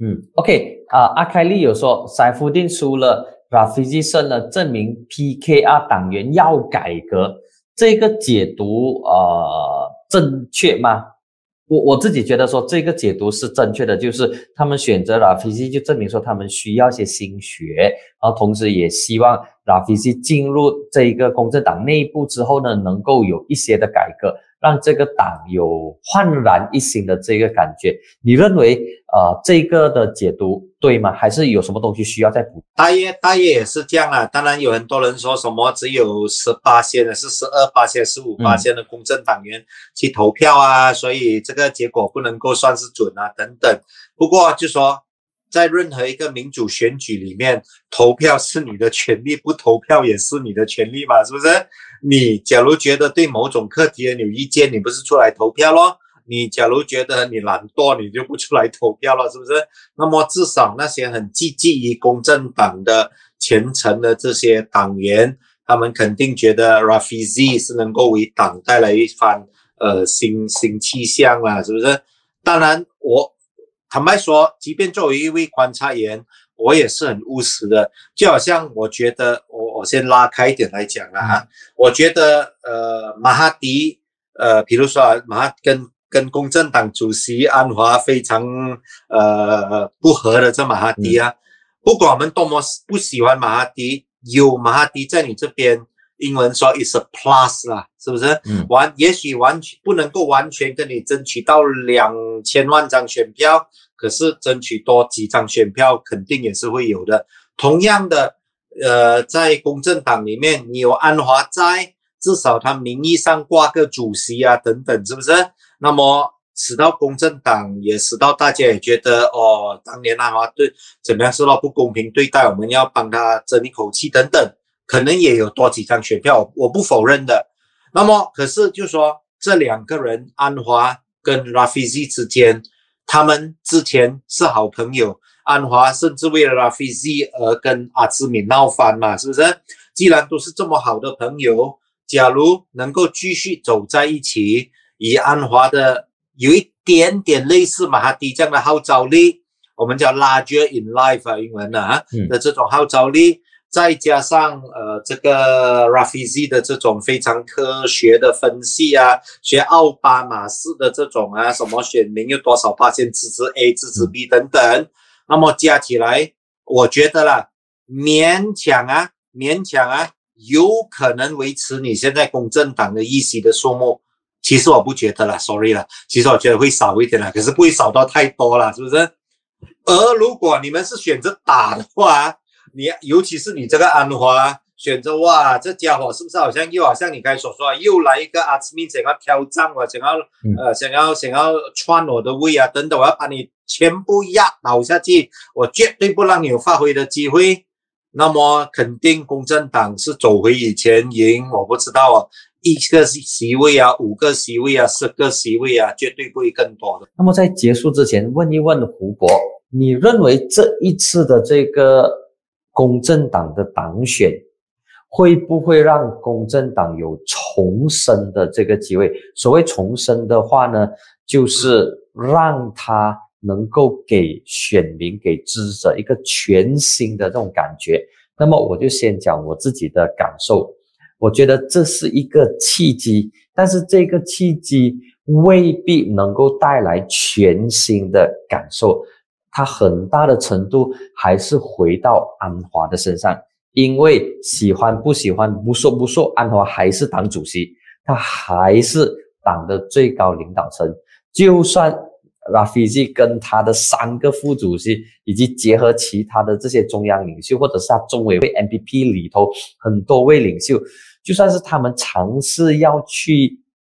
OK 阿凯利有说Saifuddin输了，Rafizi 胜了，证明 PKR 党员要改革，这个解读正确吗？我自己觉得说这个解读是正确的，就是他们选择 Rafizi 就证明说他们需要一些新血，然后同时也希望 Rafizi 进入这一个公正党内部之后呢，能够有一些的改革，让这个党有焕然一新的这个感觉。你认为这个的解读对吗？还是有什么东西需要再补？ 大约也是这样啊。当然有很多人说什么只有18%的是12%、15%的公正党员去投票啊，所以这个结果不能够算是准啊等等。不过就说在任何一个民主选举里面，投票是你的权利，不投票也是你的权利嘛，是不是？你假如觉得对某种课题很有意见，你不是出来投票咯？你假如觉得你懒惰，你就不出来投票了，是不是？那么至少那些很积极于公正党的虔诚的这些党员，他们肯定觉得 Rafizi 是能够为党带来一番新气象啦，是不是？当然我坦白说，即便作为一位观察员，我也是很务实的。就好像我觉得我先拉开一点来讲啦，我觉得马哈迪比如说马哈跟公正党主席安华非常不合的这马哈迪啊，不管我们多么不喜欢马哈迪，有马哈迪在你这边，英文说 is a plus 啦，是不是？也许不能够完全跟你争取到2000万张选票，可是争取多几张选票肯定也是会有的。同样的在公正党里面，你有安华在，至少他名义上挂个主席啊等等，是不是？那么使到公正党也使到大家也觉得当年安华对怎么样受到不公平对待，我们要帮他争一口气等等，可能也有多几张选票，我不否认的。那么可是就说这两个人安华跟 Rafizi 之间，他们之前是好朋友，安华甚至为了 Rafizi 而跟阿兹敏闹翻嘛，是不是？既然都是这么好的朋友，假如能够继续走在一起，以安华的有一点点类似马哈迪这样的号召力，我们叫 larger in life 啊，英文的这种号召力，再加上这个 Rafizi 的这种非常科学的分析啊，学奥巴马式的这种啊，什么选民有多少%支持 A 支持 B 等等，那么加起来，我觉得啦，勉强啊，有可能维持你现在公正党的议席的数目。其实我不觉得啦 ，sorry 啦，其实我觉得会少一点啦，可是不会少到太多啦，是不是？而如果你们是选择打的话，尤其是你这个安华选择，哇，这家伙是不是好像你刚才所说，又来一个阿兹敏想要挑战我，想要篡我的位啊等等，我要把你全部压倒下去，我绝对不让你有发挥的机会。那么肯定公正党是走回以前赢，我不知道啊，1个席位啊，5个席位啊，10个席位啊，绝对不会更多的。 那么在结束之前，问一问胡博，你认为这一次的这个公正党的党选，会不会让公正党有重生的这个机会？所谓重生的话呢，就是让他能够给选民、给支持者一个全新的这种感觉。那么我就先讲我自己的感受，我觉得这是一个契机，但是这个契机未必能够带来全新的感受，它很大的程度还是回到安华的身上，因为喜欢不喜欢不说，安华还是党主席，他还是党的最高领导层，就算Rafizi 跟他的3个副主席，以及结合其他的这些中央领袖，或者是他中委会 MPP 里头很多位领袖，就算是他们尝试要去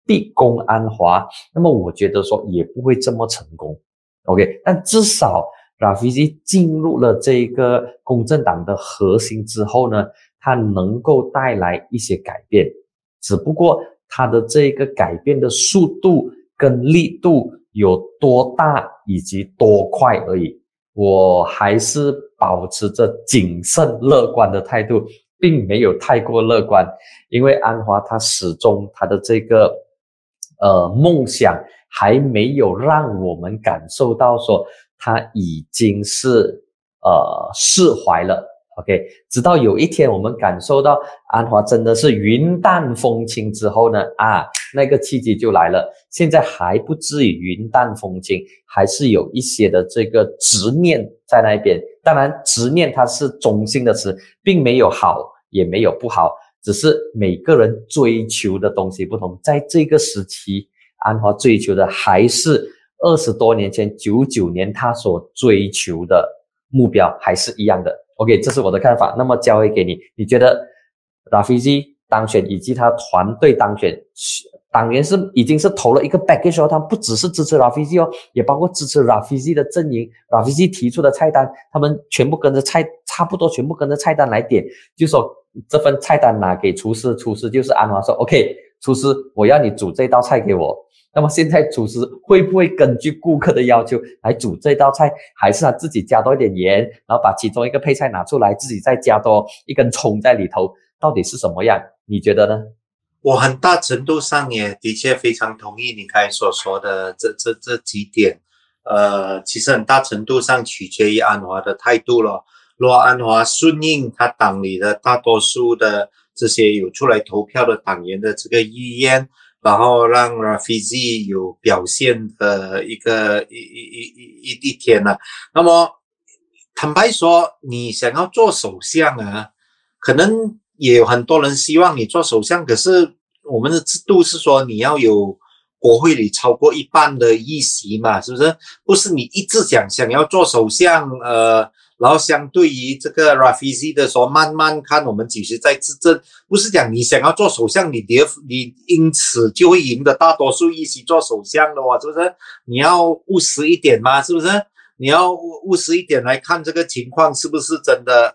逼宫安华，那么我觉得说也不会这么成功。OK， 但至少 Rafizi 进入了这个公正党的核心之后呢，他能够带来一些改变，只不过他的这个改变的速度跟力度有多大以及多快而已。我还是保持着谨慎乐观的态度，并没有太过乐观，因为安华他始终他的这个梦想还没有让我们感受到说他已经是释怀了。OK， 直到有一天我们感受到安华真的是云淡风轻之后呢，那个契机就来了。现在还不至于云淡风轻，还是有一些的这个执念在那边。当然，执念它是中性的词，并没有好也没有不好，只是每个人追求的东西不同。在这个时期，安华追求的还是20多年前99年他所追求的目标还是一样的。OK， 这是我的看法。那么交回给你，你觉得 Rafizi 当选以及他团队当选，党员已经是投了一个 package 哦，他们不只是支持 Rafizi 哦，也包括支持 Rafizi 的阵营 ，Rafizi 提出的菜单，他们全部跟着差不多全部跟着菜单来点，就说这份菜单拿给厨师，厨师就是安华说 OK， 厨师我要你煮这道菜给我。那么现在厨师会不会根据顾客的要求来煮这道菜，还是他自己加多一点盐，然后把其中一个配菜拿出来，自己再加多一根葱在里头，到底是什么样？你觉得呢？ 我很大程度上也的确非常同意你刚才所说的这几点。其实很大程度上取决于安华的态度了。如果安华顺应他党里的大多数的这些有出来投票的党员的这个意愿，然后让 Rafizi 有表现的一天呢，那么坦白说，你想要做首相啊，可能也有很多人希望你做首相，可是我们的制度是说你要有国会里超过1半的议席嘛，是不是？不是你一直想要做首相，然后相对于这个 Rafizi 的说慢慢看我们几时在执政，不是讲你想要做首相，你因此就会赢得大多数议席做首相的哦，是不是？你要务实一点嘛，是不是？你要务实一点来看这个情况是不是真的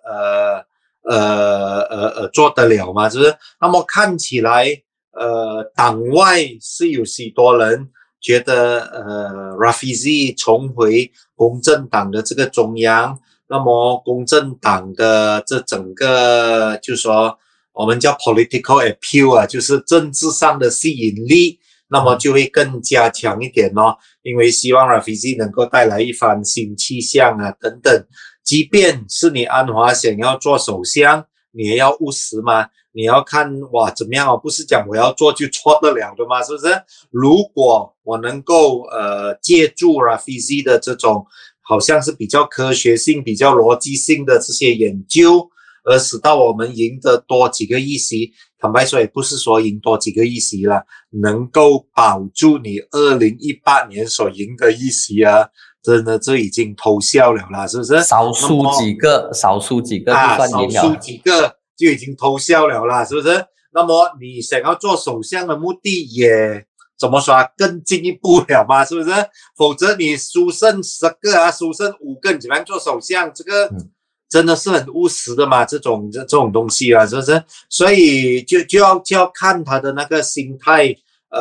做得了嘛，是不是？那么看起来党外是有许多人觉得Rafizi 重回公正党的这个中央，那么公正党的这整个就说我们叫 political appeal 啊，就是政治上的吸引力，那么就会更加强一点哦，因为希望 Rafizi 能够带来一番新气象啊等等。即便是你安华想要做首相，你也要务实嘛，你要看哇怎么样哦，不是讲我要做就做得了的嘛，是不是？如果我能够借助 Rafizi 的这种好像是比较科学性、比较逻辑性的这些研究，而使到我们赢得多几个议席，坦白说也不是说赢多几个议席了，能够保住你2018年所赢的议席啊，真的这已经偷笑了啦，是不是？ 少数几个就算赢了， 少数几个就已经偷笑了啦，是不是？那么你想要做首相的目的也怎么说更进一步了嘛，是不是？否则你输剩10个啊，输剩5个，你怎么样做首相？这个真的是很务实的嘛，这种东西啊，是不是？所以就要看他的那个心态，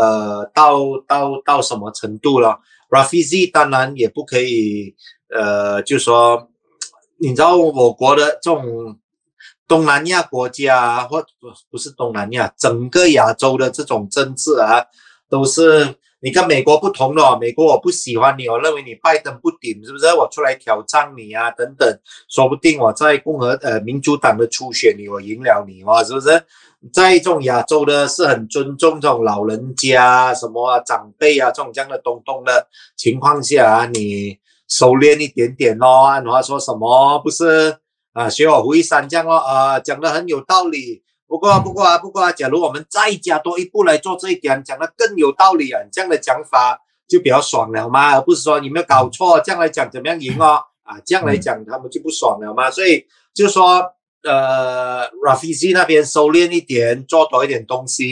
到什么程度了。Rafizi 当然也不可以，就说你知道我国的这种东南亚国家，或不是东南亚，整个亚洲的这种政治啊，都是你跟美国不同的哦。美国我不喜欢你，我认为你拜登不顶，是不是？我出来挑战你啊，等等，说不定我在民主党的初选里我赢了你哦，是不是？在这种亚洲的是很尊重这种老人家什么长辈啊这种这样的东东的情况下，你收敛一点点咯。按话说什么不是学我胡一山这样咯，讲得很有道理。不过假如我们再加多一步来做这一点，讲得更有道理啊，这样的讲法就比较爽了嘛，而不是说你没有搞错，这样来讲怎么样赢哦，这样来讲他们就不爽了嘛。所以就说Rafizi 那边收敛一点，做多一点东西，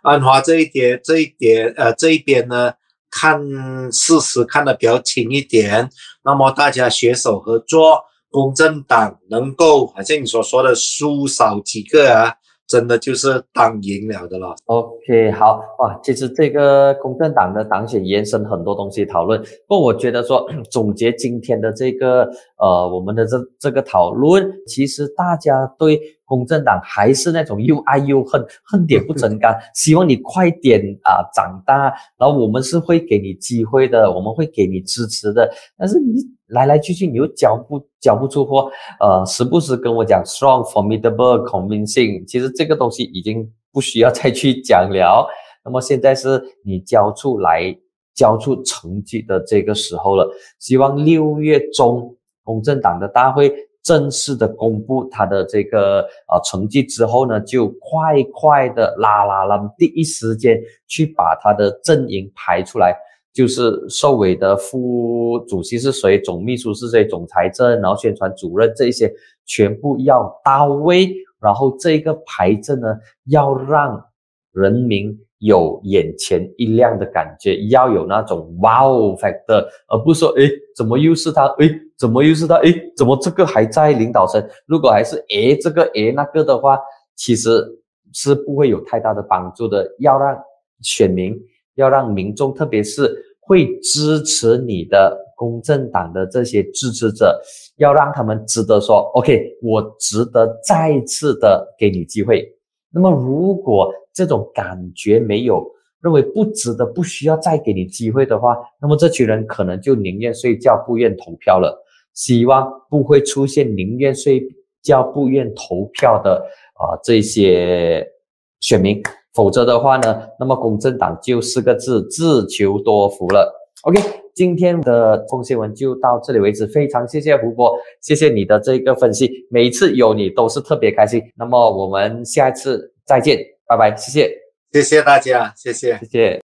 安华这一边呢，看事实看得比较轻一点，那么大家携手合作，公正党能够好像你所说的输少几个啊，真的就是当赢了的了。 OK，好哇，其实这个公正党的党选延伸很多东西讨论，不过我觉得说总结今天的这个我们的这个讨论，其实大家对公正党还是那种又爱又恨，恨铁不成钢，希望你快点长大，然后我们是会给你机会的，我们会给你支持的，但是你来来去去你又交不出货，时不时跟我讲 strong, formidable, convincing， 其实这个东西已经不需要再去讲了。那么现在是你交出成绩的这个时候了，希望6月中公正党的大会正式的公布他的这个成绩之后呢，就快的啦，第一时间去把他的阵营排出来。就是受委的副主席是谁，总秘书是谁，总财政，然后宣传主任这一些全部要到位，然后这个排阵呢，要让人民有眼前一亮的感觉，要有那种 wow factor， 而不是说诶怎么又是他，诶怎么又是他，诶怎么这个还在领导层，如果还是诶这个诶那个的话，其实是不会有太大的帮助的，要让选民，要让民众，特别是会支持你的公正党的这些支持者，要让他们值得说 OK， 我值得再次的给你机会。那么如果这种感觉没有，认为不值得，不需要再给你机会的话，那么这群人可能就宁愿睡觉不愿投票了。希望不会出现宁愿睡觉不愿投票的这些选民，否则的话呢，那么公正党就4个字，自求多福了。OK， 今天的风新闻就到这里为止，非常谢谢胡博，谢谢你的这个分析，每一次有你都是特别开心。那么我们下一次再见，拜拜，谢谢， 谢谢大家，谢谢。